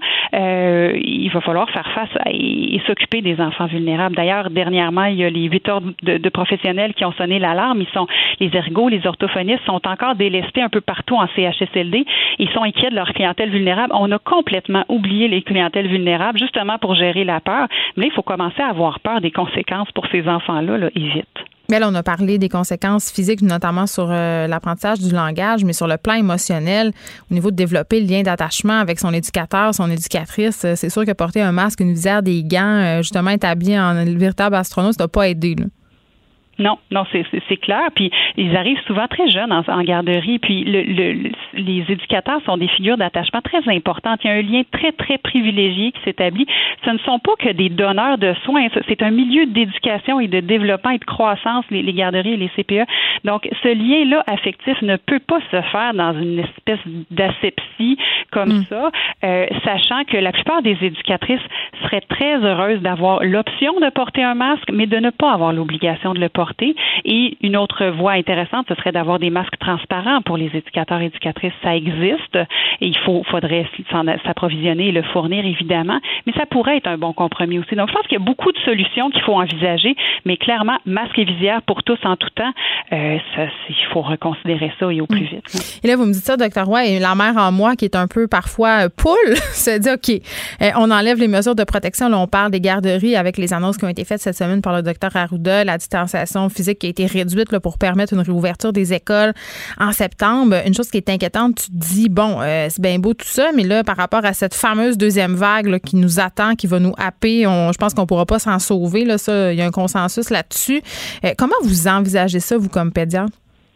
Il va falloir faire face et s'occuper des enfants vulnérables. D'ailleurs, dernièrement, il y a les 8 ordres de professionnels qui ont sonné l'alarme. Les ergots, les orthophonistes sont encore délestés un peu partout en CHSLD. Ils sont inquiets de leur clientèle vulnérable. On a complètement oublié les clientèles vulnérables justement pour gérer la peur. Mais là, il faut commencer à avoir peur des conséquences pour ces enfants-là, là, et vite. Mais là, on a parlé des conséquences physiques, notamment sur l'apprentissage du langage, mais sur le plan émotionnel, au niveau de développer le lien d'attachement avec son éducateur, son éducatrice, c'est sûr que porter un masque, une visière, des gants, justement être habillé en véritable astronaute, ça ne doit pas aider, là. Non, c'est clair. Puis ils arrivent souvent très jeunes en garderie. Puis les éducateurs sont des figures d'attachement très importantes. Il y a un lien très, très privilégié qui s'établit. Ce ne sont pas que des donneurs de soins. C'est un milieu d'éducation et de développement et de croissance, les garderies et les CPE. Donc, ce lien-là affectif ne peut pas se faire dans une espèce d'asepsie comme ça, sachant que la plupart des éducatrices seraient très heureuses d'avoir l'option de porter un masque, mais de ne pas avoir l'obligation de le porter. Et une autre voie intéressante, ce serait d'avoir des masques transparents pour les éducateurs et éducatrices. Ça existe et il faudrait s'approvisionner et le fournir, évidemment, mais ça pourrait être un bon compromis aussi. Donc, je pense qu'il y a beaucoup de solutions qu'il faut envisager, mais clairement, masque et visière pour tous en tout temps, il faut reconsidérer ça et au plus vite. Et là, vous me dites ça, Dr. Roy, et la mère en moi, qui est un peu parfois poule, se dit, OK, on enlève les mesures de protection. Là, on parle des garderies avec les annonces qui ont été faites cette semaine par le Dr. Arruda, la distanciation physique qui a été réduite là, pour permettre une réouverture des écoles en septembre. Une chose qui est inquiétante, tu te dis, bon, c'est bien beau tout ça, mais là, par rapport à cette fameuse deuxième vague là, qui nous attend, qui va nous happer, je pense qu'on ne pourra pas s'en sauver. Là, ça, il y a un consensus là-dessus. Comment vous envisagez ça, vous, comme pédiatre?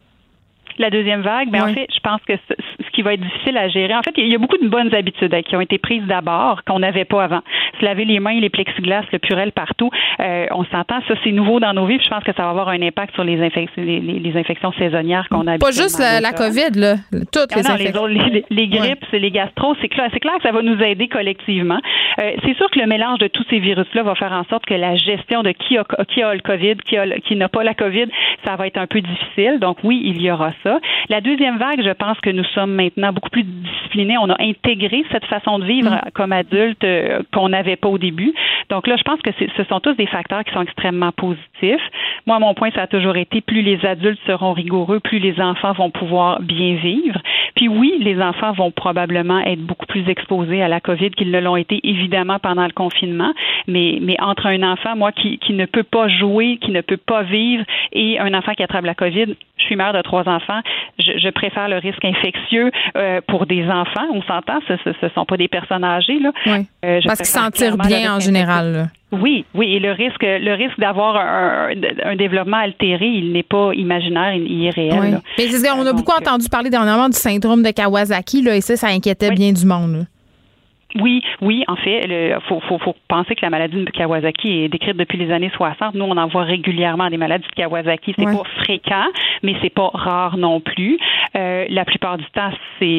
La deuxième vague, en fait, je pense que ce qui va être difficile à gérer, en fait, il y a beaucoup de bonnes habitudes qui ont été prises d'abord, qu'on n'avait pas avant. Se laver les mains, les plexiglas, le Purell partout, on s'entend, ça c'est nouveau dans nos vies, puis je pense que ça va avoir un impact sur les infections saisonnières qu'on a. Pas juste la COVID, là, toutes les infections. Les grippes, les gastros, c'est clair que ça va nous aider collectivement. C'est sûr que le mélange de tous ces virus-là va faire en sorte que la gestion de qui a le COVID, qui n'a pas la COVID, ça va être un peu difficile. Donc oui, il y aura ça. La deuxième vague, je pense que nous sommes maintenant beaucoup plus disciplinés. On a intégré cette façon de vivre comme adultes qu'on n'avait pas au début. Donc là, je pense que ce sont tous des facteurs qui sont extrêmement positifs. Moi, mon point, ça a toujours été, plus les adultes seront rigoureux, plus les enfants vont pouvoir bien vivre. Puis oui, les enfants vont probablement être beaucoup plus exposés à la COVID qu'ils ne l'ont été, évidemment, pendant le confinement. Mais entre un enfant, moi, qui ne peut pas jouer, qui ne peut pas vivre, et un enfant qui attrape la COVID, je suis mère de 3 enfants, je préfère le risque infectieux pour des enfants. On s'entend, ce sont pas des personnes âgées, là. Oui. Parce qu'ils s'en tirent bien en général, là. Oui, et le risque d'avoir un développement altéré, il n'est pas imaginaire, il est réel. Oui. Mais on a beaucoup entendu parler dernièrement du syndrome de Kawasaki, là, et ça inquiétait bien du monde, là. Oui, en fait, faut penser que la maladie de Kawasaki est décrite depuis les années 60. Nous, on en voit régulièrement des maladies de Kawasaki. C'est pas fréquent, mais c'est pas rare non plus. La plupart du temps,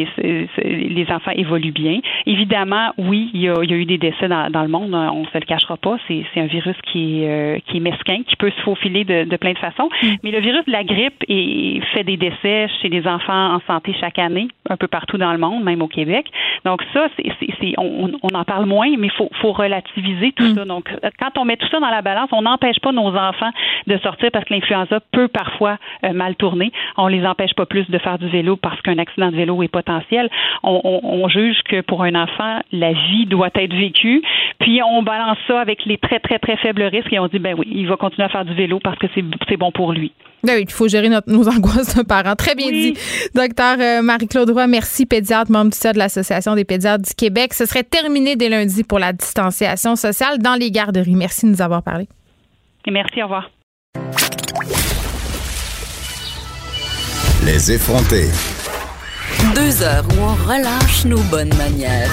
les enfants évoluent bien. Évidemment, oui, il y a eu des décès dans le monde. On se le cachera pas. C'est un virus qui est mesquin, qui peut se faufiler de plein de façons. Mais le virus de la grippe fait des décès chez les enfants en santé chaque année, un peu partout dans le monde, même au Québec. Donc ça, on en parle moins, mais faut relativiser tout ça. Donc, quand on met tout ça dans la balance, on n'empêche pas nos enfants de sortir parce que l'influenza peut parfois mal tourner. On les empêche pas plus de faire du vélo parce qu'un accident de vélo est potentiel. On juge que pour un enfant, la vie doit être vécue. Puis on balance ça avec les très, très, très faibles risques et on dit, ben oui, il va continuer à faire du vélo parce que c'est bon pour lui. Ben oui, il faut gérer nos angoisses de parents. Très bien dit. Docteur Marie-Claude Roy, merci, pédiatre, membre du CA de l'Association des pédiatres du Québec. Ce serait terminé dès lundi pour la distanciation sociale dans les garderies. Merci de nous avoir parlé. Et merci, au revoir. Les effrontés. 2 heures où on relâche nos bonnes manières.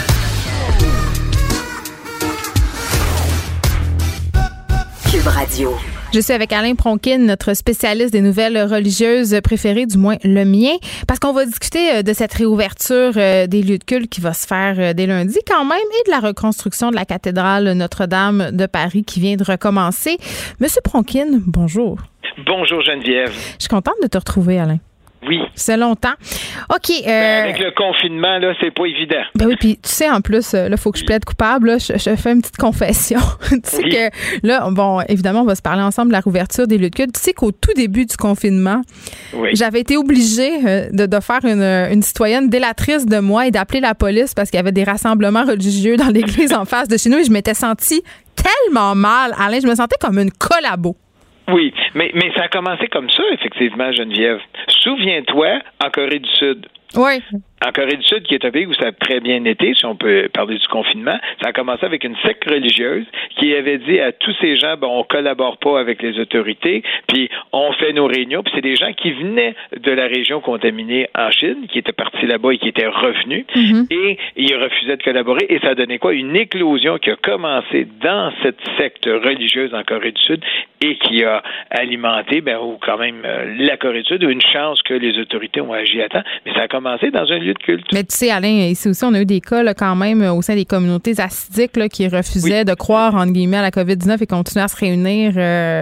Cube Radio. Je suis avec Alain Pronkin, notre spécialiste des nouvelles religieuses préférées, du moins le mien, parce qu'on va discuter de cette réouverture des lieux de culte qui va se faire dès lundi quand même et de la reconstruction de la cathédrale Notre-Dame de Paris qui vient de recommencer. Monsieur Pronkin, bonjour. Bonjour Geneviève. Je suis contente de te retrouver, Alain. Oui. C'est longtemps. OK. Avec le confinement, là, c'est pas évident. Ben oui, puis tu sais, en plus, là, faut que je plaide coupable. Là, je fais une petite confession. Tu sais que, là, bon, évidemment, on va se parler ensemble de la réouverture des lieux de culte. Tu sais qu'au tout début du confinement, j'avais été obligée de faire une citoyenne délatrice de moi et d'appeler la police parce qu'il y avait des rassemblements religieux dans l'église en face de chez nous et je m'étais sentie tellement mal, Alain. Je me sentais comme une collabo. Oui, mais ça a commencé comme ça, effectivement, Geneviève. Souviens-toi, en Corée du Sud. Oui. En Corée du Sud, qui est un pays où ça a très bien été, si on peut parler du confinement, ça a commencé avec une secte religieuse qui avait dit à tous ces gens, bon, on collabore pas avec les autorités, puis on fait nos réunions, puis c'est des gens qui venaient de la région contaminée en Chine, qui étaient partis là-bas et qui étaient revenus, et ils refusaient de collaborer, et ça a donné quoi? Une éclosion qui a commencé dans cette secte religieuse en Corée du Sud et qui a alimenté, ou quand même la Corée du Sud, une chance que les autorités ont agi à temps, mais ça a commencé dans un lieu de culte. Mais tu sais, Alain, ici aussi, on a eu des cas là, quand même au sein des communautés assidiques là, qui refusaient de croire, entre guillemets, à la COVID-19 et continuaient à se réunir,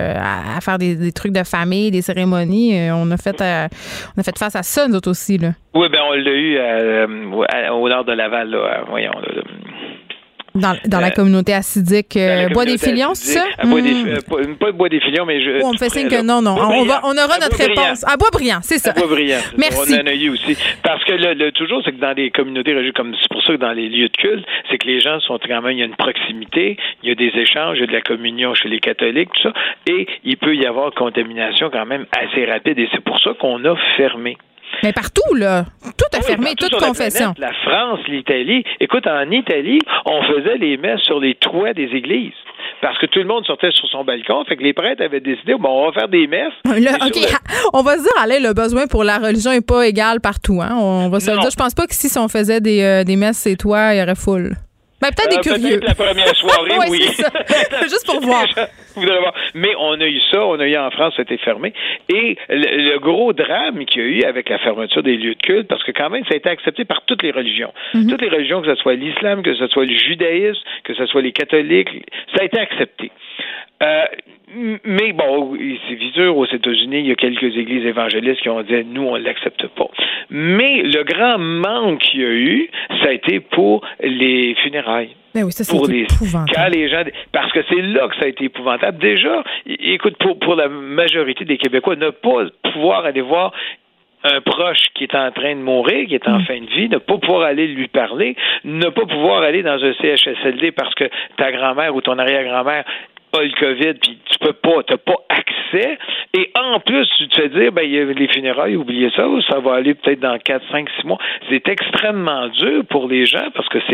à faire des trucs de famille, des cérémonies. On a fait face à ça, nous autres aussi. Là. Oui, on l'a eu au nord de Laval, là, voyons. Là, dans la communauté assidique, Bois-des-Filions, c'est ça? Pas Bois-des-Filions, mais on me fait signe que non. On aura notre réponse. À Bois-Brillant, c'est ça. À Bois-Brillant. Merci. On en a eu aussi. Parce que toujours, c'est que dans les communautés religieuses, comme c'est pour ça que dans les lieux de culte, c'est que les gens sont quand même, il y a une proximité, il y a des échanges, il y a de la communion chez les catholiques, tout ça, et il peut y avoir contamination quand même assez rapide, et c'est pour ça qu'on a fermé. Mais partout, là. Tout a fermé, toute confession. La France, l'Italie. Écoute, en Italie, on faisait les messes sur les toits des églises. Parce que tout le monde sortait sur son balcon. Fait que les prêtres avaient décidé, on va faire des messes. Là, OK. On va se dire, Alain, le besoin pour la religion n'est pas égal partout. Hein? On va se le dire. Je pense pas que si on faisait des messes sur les toits, il y aurait foule. Ben, peut-être des curieux. Peut-être la première soirée, oui. C'est ça. Juste pour voir. Mais on a eu ça, on a eu en France, c'était fermé. Et le gros drame qu'il y a eu avec la fermeture des lieux de culte, parce que quand même, ça a été accepté par toutes les religions. Toutes les religions, que ce soit l'islam, que ce soit le judaïsme, que ce soit les catholiques, ça a été accepté. Mais bon, c'est sûr, aux États-Unis, il y a quelques églises évangélistes qui ont dit, nous, on l'accepte pas. Mais le grand manque qu'il y a eu, ça a été pour les funérailles. Ben oui, ça, c'est épouvantable. Quand les gens, parce que c'est là que ça a été épouvantable. Déjà, écoute, pour la majorité des Québécois, ne pas pouvoir aller voir un proche qui est en train de mourir, qui est en fin de vie, ne pas pouvoir aller lui parler, ne pas pouvoir aller dans un CHSLD parce que ta grand-mère ou ton arrière-grand-mère a le COVID, puis t'as pas accès, et en plus, tu te fais dire, il y a les funérailles, oubliez ça, ça va aller peut-être dans 4, 5, 6 mois. C'est extrêmement dur pour les gens, parce que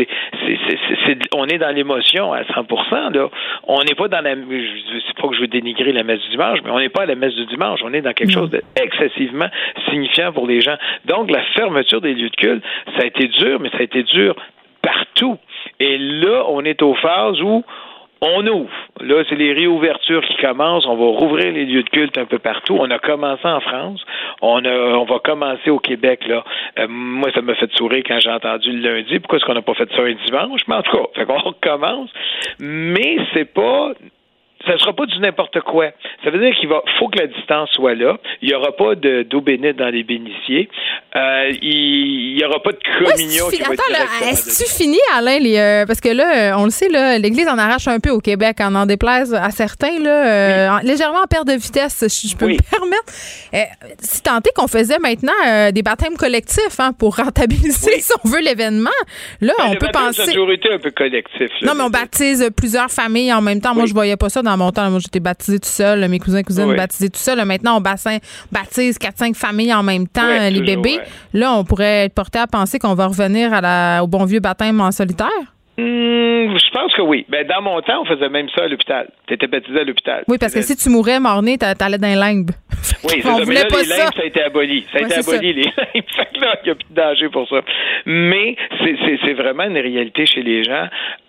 on est dans l'émotion à 100%, là. On n'est pas dans c'est pas que je veux dénigrer la messe du dimanche, mais on n'est pas à la messe du dimanche, on est dans quelque chose d'excessivement signifiant pour les gens. Donc, la fermeture des lieux de culte, ça a été dur, mais ça a été dur partout. Et là, on est aux phases où on ouvre. Là, c'est les réouvertures qui commencent. On va rouvrir les lieux de culte un peu partout. On a commencé en France. On va commencer au Québec, là. Moi, ça m'a fait sourire quand j'ai entendu le lundi. Pourquoi est-ce qu'on n'a pas fait ça un dimanche? Mais en tout cas, fait qu'on recommence. Mais c'est pas ça sera pas du n'importe quoi. Ça veut dire faut que la distance soit là. Il y aura pas d'eau bénite dans les bénitiers. Il y aura pas de communion. Est-ce fini, Alain, parce que là, on le sait, là, l'Église en arrache un peu au Québec, en déplaise à certains, là, légèrement en perte de vitesse, je peux me permettre. Si tant est qu'on faisait maintenant des baptêmes collectifs pour rentabiliser, si on veut, l'événement, là, on peut penser... Ça a toujours été un peu collectif. Là, non, mais on baptise plusieurs familles en même temps. Moi, je voyais pas ça dans mon temps. Moi, j'étais baptisée tout seul. Mes cousins et cousines baptisés tout seul. Maintenant, on baptise 4-5 familles en même temps, les bébés. Là, on pourrait être porté à penser qu'on va revenir au bon vieux baptême en solitaire. Je pense que oui. Ben, dans mon temps, on faisait même ça à l'hôpital. Tu étais baptisé à l'hôpital. Oui, parce que si tu mourais mort-né, t'allais dans les limbes. Oui, c'est ça. Mais là, les limbes, ça a été aboli. Ça a été aboli, les limbes. Fait que là, il n'y a plus de danger pour ça. Mais c'est vraiment une réalité chez les gens.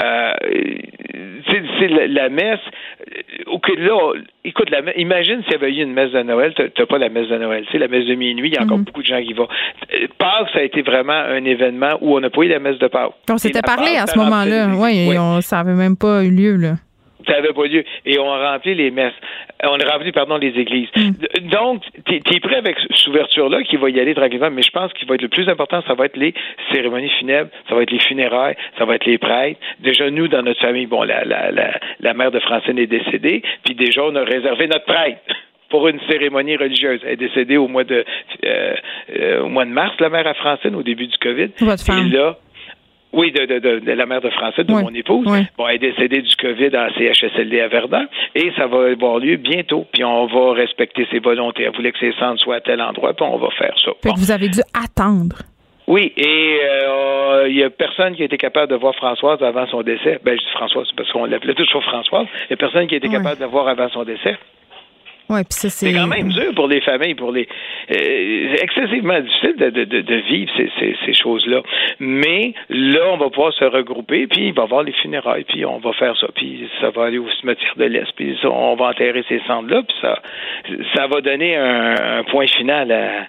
C'est la messe. Là, écoute, imagine s'il y avait eu une messe de Noël. T'as pas la messe de Noël. C'est la messe de minuit. Il y a encore beaucoup de gens qui y vont. Pâques, ça a été vraiment un événement où on n'a pas eu la messe de Pâques. On s'était parlé à ce moment-là. Oui, ça n'avait même pas eu lieu, là. Ça n'avait pas lieu. Et on a rempli les messes. On a rempli, les églises. Donc, t'es prêt avec cette ouverture-là qui va y aller tranquillement, mais je pense qu'il va être le plus important, ça va être les cérémonies funèbres, ça va être les funérailles, ça va être les prêtres. Déjà, nous, dans notre famille, la mère de Francine est décédée, puis déjà, on a réservé notre prêtre pour une cérémonie religieuse. Elle est décédée au mois de mars, la mère à Francine, au début du COVID. Votre femme. Et là, oui, de la mère de Francine, de mon épouse. Oui. Bon, elle est décédée du COVID en CHSLD à Verdun et ça va avoir lieu bientôt. Puis on va respecter ses volontés. Elle voulait que ses cendres soient à tel endroit, puis on va faire ça. Fait que vous avez dû attendre. Oui, et il y a personne qui a été capable de voir Françoise avant son décès. Ben, je dis Françoise parce qu'on l'appelait toujours Françoise. Il y a personne qui a été capable de la voir avant son décès. Ouais, puis ça, c'est quand même dur pour les familles, c'est excessivement difficile de vivre ces choses-là. Mais là, on va pouvoir se regrouper, puis il va y avoir les funérailles, puis on va faire ça, puis ça va aller au cimetière de l'Est, puis on va enterrer ces cendres-là, puis ça va donner un point final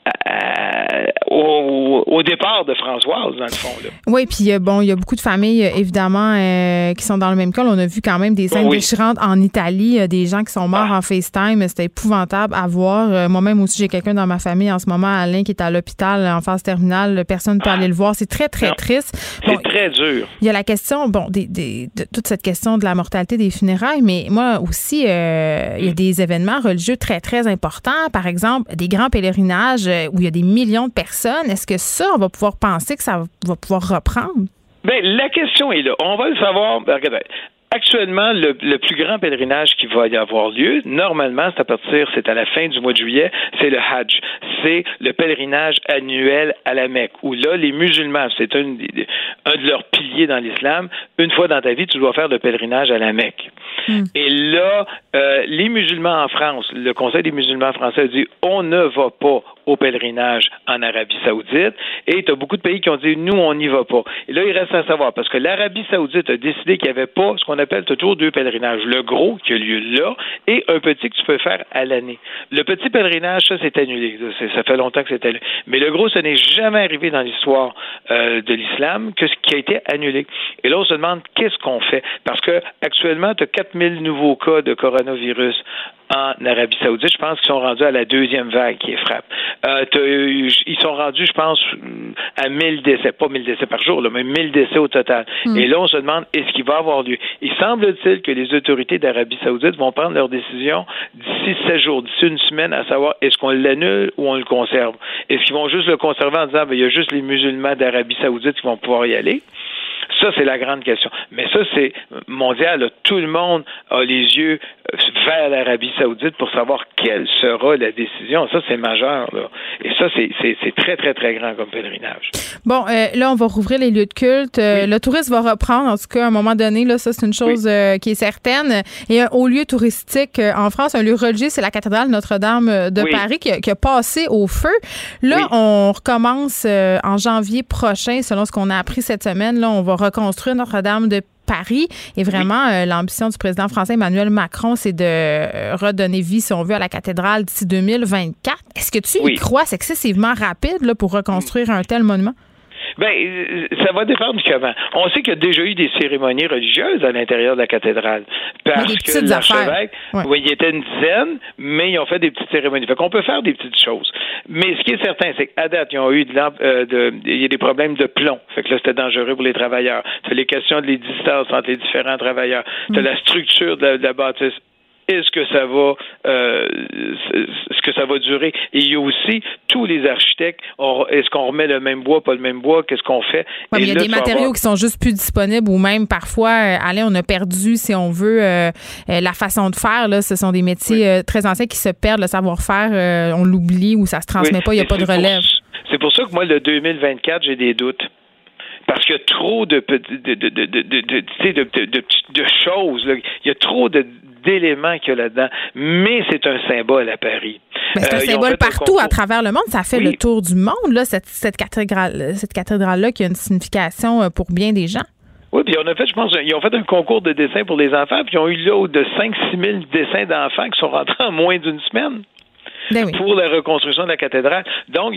au départ de Françoise, dans le fond. Là. Oui, puis il y a beaucoup de familles, évidemment, qui sont dans le même cas. On a vu quand même des scènes déchirantes en Italie, des gens qui sont morts en FaceTime. C'était épouvantable à voir. Moi-même aussi, j'ai quelqu'un dans ma famille en ce moment, Alain, qui est à l'hôpital en phase terminale. Personne ne peut aller le voir. C'est très, très triste. C'est très dur. Il y a la question, de toute cette question de la mortalité des funérailles, mais moi aussi, il y a des événements religieux très, très importants. Par exemple, des grands pèlerinages où il y a des millions de personnes. Est-ce que ça, on va pouvoir penser que ça va pouvoir reprendre? Bien, la question est là. On va le savoir. Regardez. Actuellement, le plus grand pèlerinage qui va y avoir lieu, normalement, c'est à la fin du mois de juillet, c'est le Hajj. C'est le pèlerinage annuel à la Mecque, où là, les musulmans, c'est un de leurs piliers dans l'islam. Une fois dans ta vie, tu dois faire le pèlerinage à la Mecque. Et là, les musulmans en France, le Conseil des musulmans français a dit, on ne va pas au pèlerinage en Arabie Saoudite. Et tu as beaucoup de pays qui ont dit, nous, on n'y va pas. Et là, il reste à savoir, parce que l'Arabie Saoudite a décidé qu'il n'y avait pas ce qu'on appelle toujours 2 pèlerinages. Le gros qui a lieu là et un petit que tu peux faire à l'année. Le petit pèlerinage, ça, c'est annulé. Ça fait longtemps que c'est annulé. Mais le gros, ça n'est jamais arrivé dans l'histoire de l'islam que ce qui a été annulé. Et là, on se demande qu'est-ce qu'on fait. Parce que actuellement, tu as 4000 nouveaux cas de coronavirus en Arabie Saoudite. Je pense qu'ils sont rendus à la 2e vague qui frappe. Ils sont rendus, je pense, à 1000 décès. Pas 1000 décès par jour, là, mais 1000 décès au total. Et là, on se demande, est-ce qu'il va avoir lieu? Il semble-t-il que les autorités d'Arabie Saoudite vont prendre leur décision d'ici 7 jours, d'ici une semaine, à savoir, est-ce qu'on l'annule ou on le conserve? Est-ce qu'ils vont juste le conserver en disant, il y a juste les musulmans d'Arabie Saoudite qui vont pouvoir y aller? Ça, c'est la grande question. Mais ça, c'est mondial. Là. Tout le monde a les yeux vers l'Arabie Saoudite pour savoir quelle sera la décision. Ça, c'est majeur. Là. Et ça, c'est très, très, très grand comme pèlerinage. Bon, là, on va rouvrir les lieux de culte. Le tourisme va reprendre, en tout cas, à un moment donné. Là, ça, c'est une chose qui est certaine. Et un haut lieu touristique en France, un lieu religieux, c'est la cathédrale Notre-Dame de Paris qui a passé au feu. Là, on recommence en janvier prochain, selon ce qu'on a appris cette semaine. Là, on va reconstruire Notre-Dame de Paris. Et vraiment, l'ambition du président français Emmanuel Macron, c'est de redonner vie, si on veut, à la cathédrale d'ici 2024. Est-ce que tu y crois? C'est excessivement rapide là, pour reconstruire un tel monument? Ça va dépendre comment. On sait qu'il y a déjà eu des cérémonies religieuses à l'intérieur de la cathédrale. Parce que l'archevêque, il était une dizaine, mais ils ont fait des petites cérémonies. Fait qu'on peut faire des petites choses. Mais ce qui est certain, c'est qu'à date, ils ont eu il y a des problèmes de plomb. Fait que là, c'était dangereux pour les travailleurs. C'est les questions de les distances entre les différents travailleurs. C'est la structure de la bâtisse. Est-ce que ça va durer? Et il y a aussi tous les architectes. Est-ce qu'on remet le même bois, pas le même bois? Qu'est-ce qu'on fait? Ouais, il y a des matériaux qui sont juste plus disponibles ou même parfois, Alain, on a perdu, si on veut, la façon de faire. Là, ce sont des métiers très anciens qui se perdent, le savoir-faire, on l'oublie ou ça se transmet pas, il n'y a pas de relève. C'est pour ça que moi, le 2024, j'ai des doutes. Parce qu'il y a trop de choses. Là. Il y a trop d'éléments qu'il y a là-dedans. Mais c'est un symbole à Paris. C'est un symbole partout à travers le monde. Ça fait le tour du monde, là, cette cathédrale-là qui a une signification pour bien des gens. Oui, puis je pense, ils ont fait un concours de dessin pour les enfants, puis ils ont eu là de 5-6 000 dessins d'enfants qui sont rentrés en moins d'une semaine. Pour la reconstruction de la cathédrale. Donc,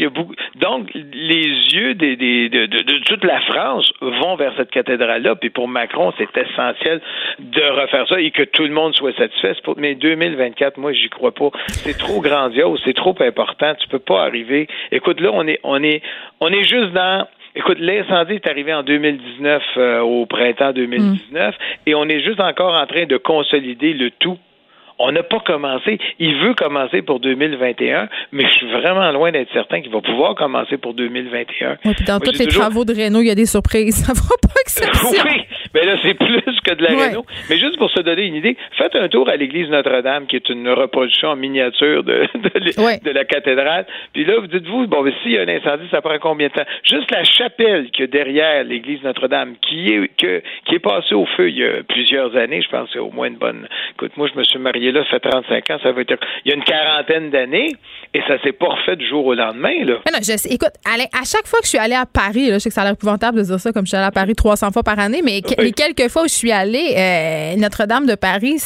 les yeux de toute la France vont vers cette cathédrale-là. Puis pour Macron, c'est essentiel de refaire ça et que tout le monde soit satisfait. Mais 2024, moi, j'y crois pas. C'est trop grandiose, c'est trop important. Tu peux pas arriver. Écoute, là, on est juste dans. Écoute, l'incendie est arrivé en 2019, au printemps 2019, et on est juste encore en train de consolider le tout. On n'a pas commencé. Il veut commencer pour 2021, mais je suis vraiment loin d'être certain qu'il va pouvoir commencer pour 2021. Oui, puis dans tous les travaux de réno, il y a des surprises. Ça fera pas exception. Oui, mais là, c'est plus que de la réno. Mais juste pour se donner une idée, faites un tour à l'église Notre-Dame, qui est une reproduction en miniature de la cathédrale. Puis là, vous dites-vous, s'il y a un incendie, ça prend combien de temps? Juste la chapelle qu'il y a derrière l'église Notre-Dame, qui est passée au feu il y a plusieurs années, je pense, c'est au moins une bonne... Écoute, moi, je me suis marié là, ça fait 35 ans, ça va être... Il y a une quarantaine d'années, et ça s'est pas refait du jour au lendemain, là. Mais non, écoute, Alain, à chaque fois que je suis allée à Paris, là, je sais que ça a l'air épouvantable de dire ça, comme je suis allée à Paris 300 fois par année, mais les quelques fois où je suis allée, Notre-Dame de Paris,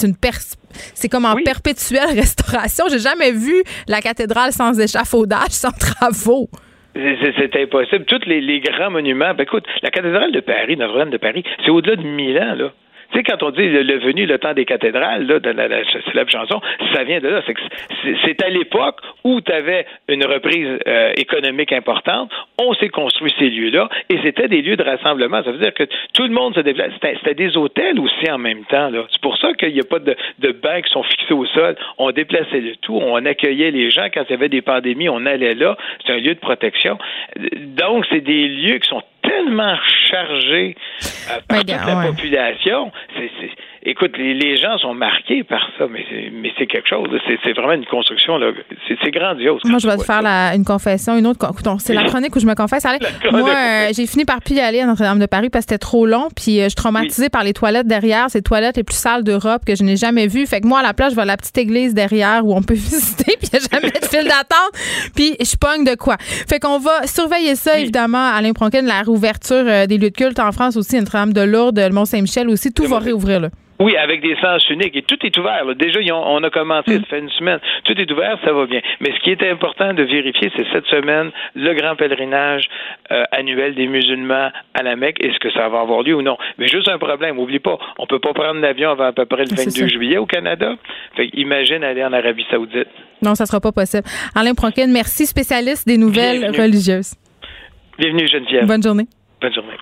c'est comme en perpétuelle restauration. J'ai jamais vu la cathédrale sans échafaudage, sans travaux. C'est impossible. Tous les grands monuments... écoute, la cathédrale de Paris, Notre-Dame de Paris, c'est au-delà de 1000 ans, là. Tu sais, quand on dit le temps des cathédrales, là, de la célèbre chanson, ça vient de là. C'est à l'époque où tu avais une reprise économique importante, on s'est construit ces lieux-là, et c'était des lieux de rassemblement. Ça veut dire que tout le monde se déplace. C'était des hôtels aussi en même temps, là. C'est pour ça qu'il n'y a pas de bancs qui sont fixés au sol. On déplaçait le tout, on accueillait les gens. Quand il y avait des pandémies, on allait là. C'est un lieu de protection. Donc, c'est des lieux qui sont tellement chargés par toute la population. Écoute, les gens sont marqués par ça, mais c'est quelque chose. C'est vraiment une construction, là. C'est grandiose. Moi, je vais te faire une confession, une autre. C'est la chronique où je me confesse. Moi, j'ai fini par plus y aller à Notre-Dame de Paris parce que c'était trop long, puis je suis traumatisée par les toilettes derrière. C'est les toilettes les plus sales d'Europe que je n'ai jamais vues. Fait que moi, à la place, je vais à la petite église derrière où on peut visiter, puis il n'y a jamais de file d'attente, puis je pogne de quoi. Fait qu'on va surveiller ça, évidemment, Alain Pronkin, la réouverture des lieux de culte en France aussi, Notre-Dame de Lourdes, le Mont-Saint-Michel aussi, tout va réouvrir, là. Oui, avec des sens uniques. Et tout est ouvert. Là. Déjà, on a commencé, ça fait une semaine. Tout est ouvert, ça va bien. Mais ce qui est important de vérifier, c'est cette semaine, le grand pèlerinage annuel des musulmans à la Mecque. Est-ce que ça va avoir lieu ou non? Mais juste un problème, oublie pas, on peut pas prendre l'avion avant à peu près le 22 juillet au Canada. Fait imagine aller en Arabie Saoudite. Non, ça sera pas possible. Alain Pronkin, merci, spécialiste des nouvelles religieuses. Bienvenue, Geneviève. Bonne journée. Bonne journée.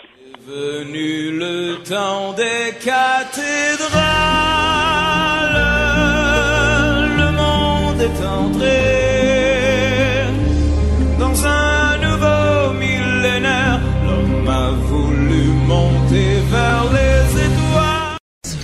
Venu le temps des cathédrales, le monde est entré dans un nouveau millénaire. L'homme a voulu monter vers les étoiles.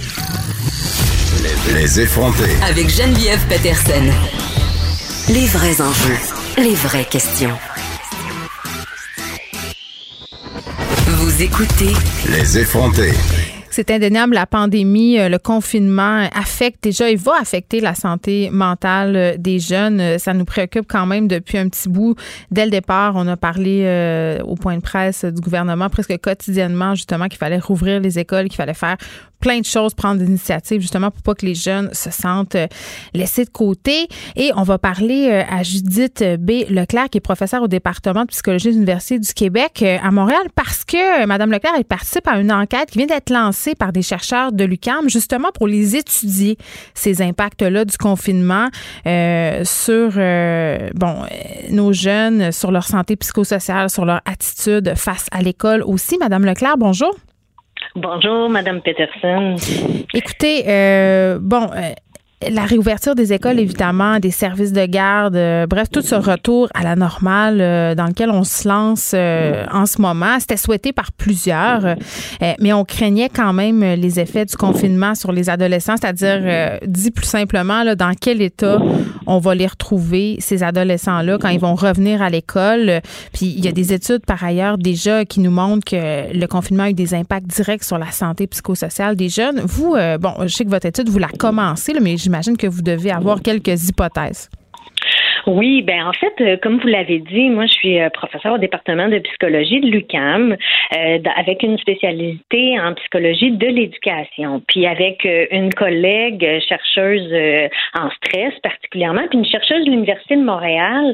Les effrontés. Avec Geneviève Peterson. Les vrais enjeux, les vraies questions. Vous écoutez Les effrontés. C'est indéniable, la pandémie, le confinement affecte déjà et va affecter la santé mentale des jeunes. Ça nous préoccupe quand même depuis un petit bout. Dès le départ, on a parlé au point de presse du gouvernement presque quotidiennement, justement, qu'il fallait rouvrir les écoles, qu'il fallait faire plein de choses, prendre des initiatives justement pour pas que les jeunes se sentent laissés de côté. Et on va parler à Judith B. Leclerc, qui est professeure au département de psychologie de l'Université du Québec à Montréal, parce que Mme Leclerc, elle participe à une enquête qui vient d'être lancée par des chercheurs de l'UQAM, justement pour les étudier, ces impacts-là du confinement sur nos jeunes, sur leur santé psychosociale, sur leur attitude face à l'école aussi. Mme Leclerc, bonjour. Bonjour, Mme Peterson. Écoutez, la réouverture des écoles, évidemment, des services de garde, bref, tout ce retour à la normale dans lequel on se lance en ce moment, c'était souhaité par plusieurs, mais on craignait quand même les effets du confinement sur les adolescents, c'est-à-dire, dit plus simplement, là, dans quel état on va les retrouver, ces adolescents-là, quand ils vont revenir à l'école. Puis il y a des études, par ailleurs, déjà qui nous montrent que le confinement a eu des impacts directs sur la santé psychosociale des jeunes. Vous, je sais que votre étude, vous la commencez, là, mais j'imagine que vous devez avoir quelques hypothèses. Oui, ben en fait, comme vous l'avez dit, moi je suis professeure au département de psychologie de l'UQAM avec une spécialité en psychologie de l'éducation, puis avec une collègue chercheuse en stress particulièrement, puis une chercheuse de l'Université de Montréal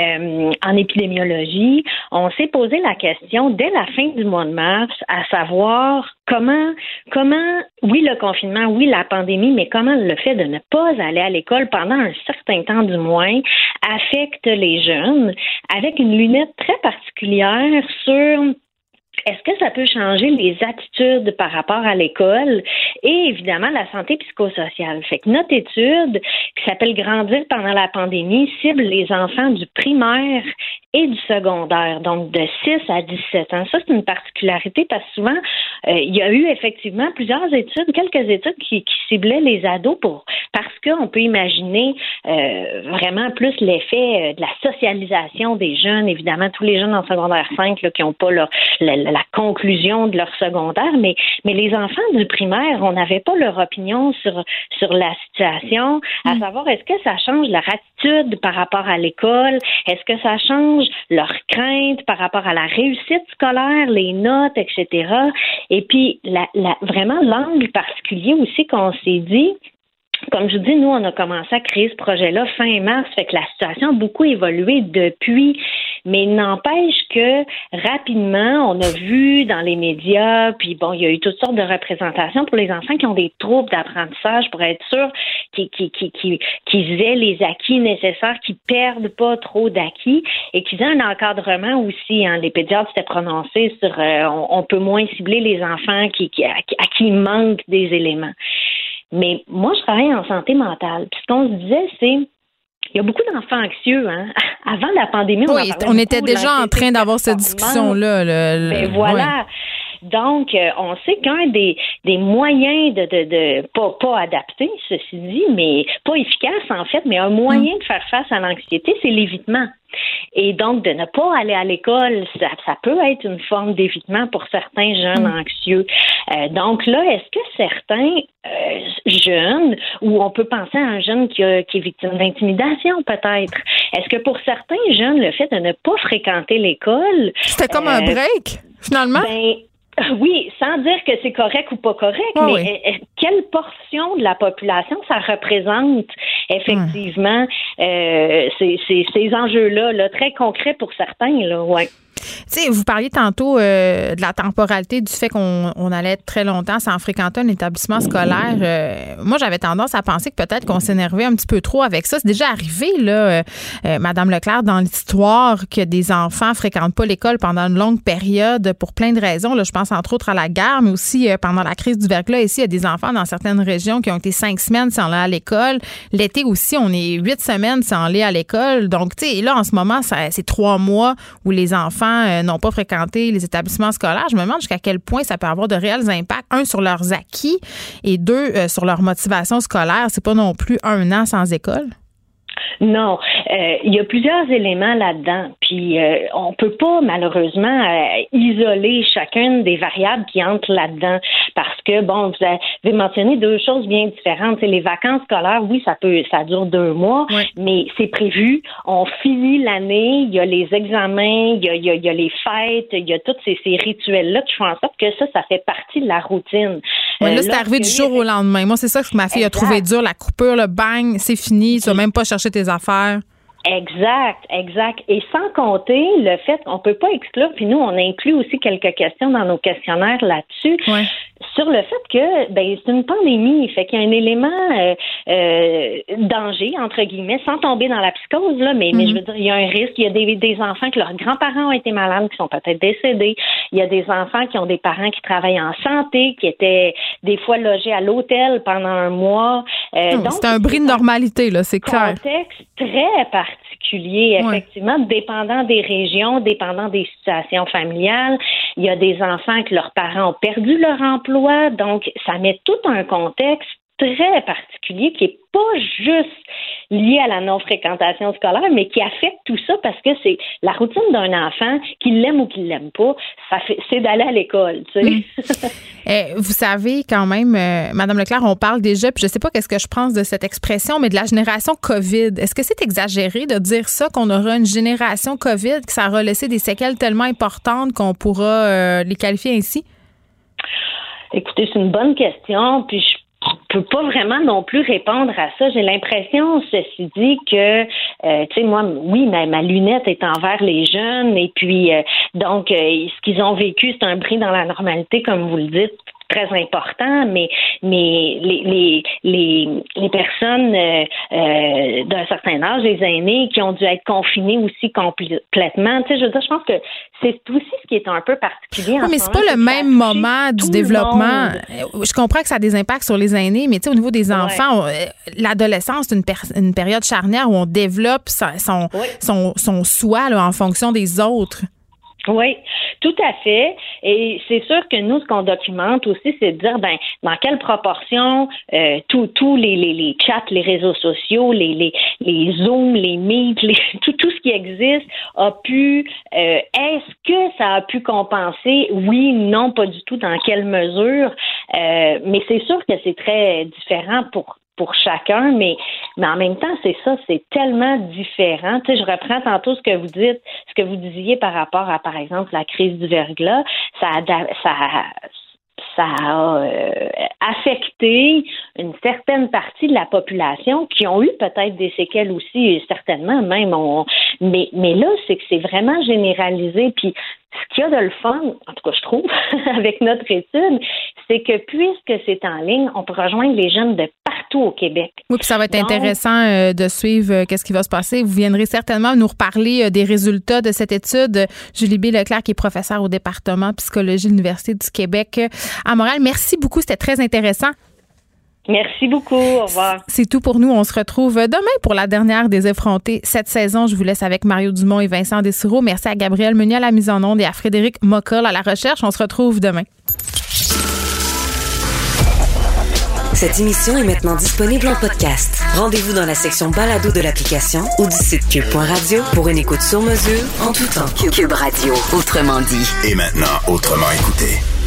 en épidémiologie. On s'est posé la question dès la fin du mois de mars à savoir comment, oui, le confinement, oui, la pandémie, mais comment le fait de ne pas aller à l'école pendant un certain temps du moins affecte les jeunes avec une lunette très particulière sur est-ce que ça peut changer les attitudes par rapport à l'école et évidemment la santé psychosociale. Fait que notre étude, qui s'appelle Grandir pendant la pandémie, cible les enfants du primaire et du secondaire, donc de 6 à 17 ans. Ça, c'est une particularité parce que souvent, il y a eu effectivement plusieurs études, quelques études qui ciblaient les ados parce qu'on peut imaginer vraiment plus l'effet de la socialisation des jeunes. Évidemment, tous les jeunes en secondaire 5 là, qui n'ont pas la conclusion de leur secondaire, mais les enfants du primaire, on n'avait pas leur opinion sur la situation, à savoir est-ce que ça change leur attitude par rapport à l'école, est-ce que ça change leur crainte par rapport à la réussite scolaire, les notes, etc. Et puis, vraiment, l'angle particulier aussi qu'on s'est dit, comme je vous dis, nous, on a commencé à créer ce projet-là fin mars, fait que la situation a beaucoup évolué depuis, mais n'empêche que rapidement, on a vu dans les médias, puis bon, il y a eu toutes sortes de représentations pour les enfants qui ont des troubles d'apprentissage pour être sûr qu'ils aient les acquis nécessaires, qu'ils perdent pas trop d'acquis et qu'ils aient un encadrement aussi. Hein. Les pédiatres s'étaient prononcés sur on peut moins cibler les enfants à qui il manque des éléments. Mais moi, je travaille en santé mentale. Puis ce qu'on se disait, c'est il y a beaucoup d'enfants anxieux. Hein? Avant la pandémie, on était déjà en train d'avoir cette discussion-là. Ben voilà. Ouais. Donc, on sait qu'un des moyens de pas adapté, ceci dit, mais pas efficace en fait, mais un moyen de faire face à l'anxiété, c'est l'évitement. Et donc, de ne pas aller à l'école, ça peut être une forme d'évitement pour certains jeunes anxieux. Donc là, est-ce que certains jeunes, ou on peut penser à un jeune qui est victime d'intimidation peut-être, est-ce que pour certains jeunes, le fait de ne pas fréquenter l'école... C'était comme un break, finalement? Oui, sans dire que c'est correct ou pas correct, mais quelle portion de la population ça représente effectivement ces enjeux-là, là, très concrets pour certains, là, ouais. Tu sais, vous parliez tantôt de la temporalité, du fait qu'on allait être très longtemps sans fréquenter un établissement scolaire. Moi, j'avais tendance à penser que peut-être qu'on s'énervait un petit peu trop avec ça. C'est déjà arrivé, là, Madame Leclerc, dans l'histoire, que des enfants fréquentent pas l'école pendant une longue période pour plein de raisons. Là, je pense entre autres à la guerre, mais aussi pendant la crise du verglas. Ici, il y a des enfants dans certaines régions qui ont été 5 semaines sans aller à l'école. L'été aussi, on est 8 semaines sans aller à l'école. Donc, tu sais, là, en ce moment, c'est 3 mois où les enfants n'ont pas fréquenté les établissements scolaires. Je me demande jusqu'à quel point ça peut avoir de réels impacts, 1, sur leurs acquis et 2, sur leur motivation scolaire. C'est pas non plus 1 an sans école. Non, il y a plusieurs éléments là-dedans. Puis on peut pas malheureusement isoler chacune des variables qui entrent là-dedans parce que bon, vous avez mentionné deux choses bien différentes. C'est les vacances scolaires, oui, ça dure 2 mois, mais c'est prévu. On finit l'année, il y a les examens, il y a les fêtes, il y a tous ces rituels-là qui font en sorte que ça fait partie de la routine. Ouais, là, c'est arrivé du jour au lendemain. Moi, c'est ça que ma fille a trouvé dur, la coupure, le bang, c'est fini, tu vas même pas chercher tes affaires. Exact. Et sans compter le fait qu'on peut pas exclure, puis nous, on inclut aussi quelques questions dans nos questionnaires là-dessus, sur le fait que c'est une pandémie, fait qu'il y a un élément danger, entre guillemets, sans tomber dans la psychose, là, mais je veux dire, il y a un risque, il y a des enfants que leurs grands-parents ont été malades, qui sont peut-être décédés, il y a des enfants qui ont des parents qui travaillent en santé, qui étaient des fois logés à l'hôtel pendant un mois. Donc, c'est un bris de normalité, là, c'est clair. Un contexte très particulier, effectivement, dépendant des régions, dépendant des situations familiales. Il y a des enfants que leurs parents ont perdu leur emploi, donc ça met tout un contexte très particulier qui est pas juste lié à la non-fréquentation scolaire, mais qui affecte tout ça parce que c'est la routine d'un enfant, qu'il l'aime ou qu'il l'aime pas, c'est d'aller à l'école, tu sais. Vous savez quand même, Madame Leclerc, on parle déjà, puis je sais pas qu'est-ce que je pense de cette expression, mais de la génération COVID. Est-ce que c'est exagéré de dire ça, qu'on aura une génération COVID, que ça aura laissé des séquelles tellement importantes qu'on pourra les qualifier ainsi? Écoutez, c'est une bonne question, puis je peux pas vraiment non plus répondre à ça. J'ai l'impression, ceci dit, que, tu sais, moi, oui, ma lunette est envers les jeunes, et puis, donc, ce qu'ils ont vécu, c'est un bris dans la normalité, comme vous le dites, très important, mais les personnes d'un certain âge, les aînés, qui ont dû être confinés aussi complètement. Tu sais, je veux dire, je pense que c'est aussi ce qui est un peu particulier. Oui, mais c'est pas le même moment du développement. Je comprends que ça a des impacts sur les aînés, mais tu sais, au niveau des enfants, l'adolescence, c'est une période charnière où on développe son soi là, en fonction des autres. Oui, tout à fait. Et c'est sûr que nous, ce qu'on documente aussi, c'est de dire, dans quelle proportion tous les chats, les réseaux sociaux, les Zooms, les Meet, tout ce qui existe a pu, est-ce que ça a pu compenser? Oui, non, pas du tout. Dans quelle mesure? Mais c'est sûr que c'est très différent pour chacun, mais en même temps, c'est ça, c'est tellement différent. Tu sais, je reprends tantôt ce que vous disiez par rapport à, par exemple, la crise du verglas. Ça a affecté une certaine partie de la population qui ont eu peut-être des séquelles aussi, certainement même. Mais là, c'est que c'est vraiment généralisé. Puis ce qu'il y a de le fun, en tout cas je trouve, avec notre étude, c'est que puisque c'est en ligne, on peut rejoindre les jeunes de partout au Québec. Oui, puis ça va être intéressant de suivre qu'est-ce qui va se passer. Vous viendrez certainement nous reparler des résultats de cette étude. Julie B. Leclerc, qui est professeure au département psychologie de l'Université du Québec à Montréal. Merci beaucoup, c'était très intéressant. Merci beaucoup. Au revoir. C'est tout pour nous. On se retrouve demain pour la dernière des effrontés cette saison. Je vous laisse avec Mario Dumont et Vincent Dessureau. Merci à Gabriel Meunier à la mise en onde et à Frédéric Mocoll à la recherche. On se retrouve demain. Cette émission est maintenant disponible en podcast. Rendez-vous dans la section balado de l'application ou du site cube.radio pour une écoute sur mesure en tout temps. Cube Radio, autrement dit. Et maintenant, autrement écouté.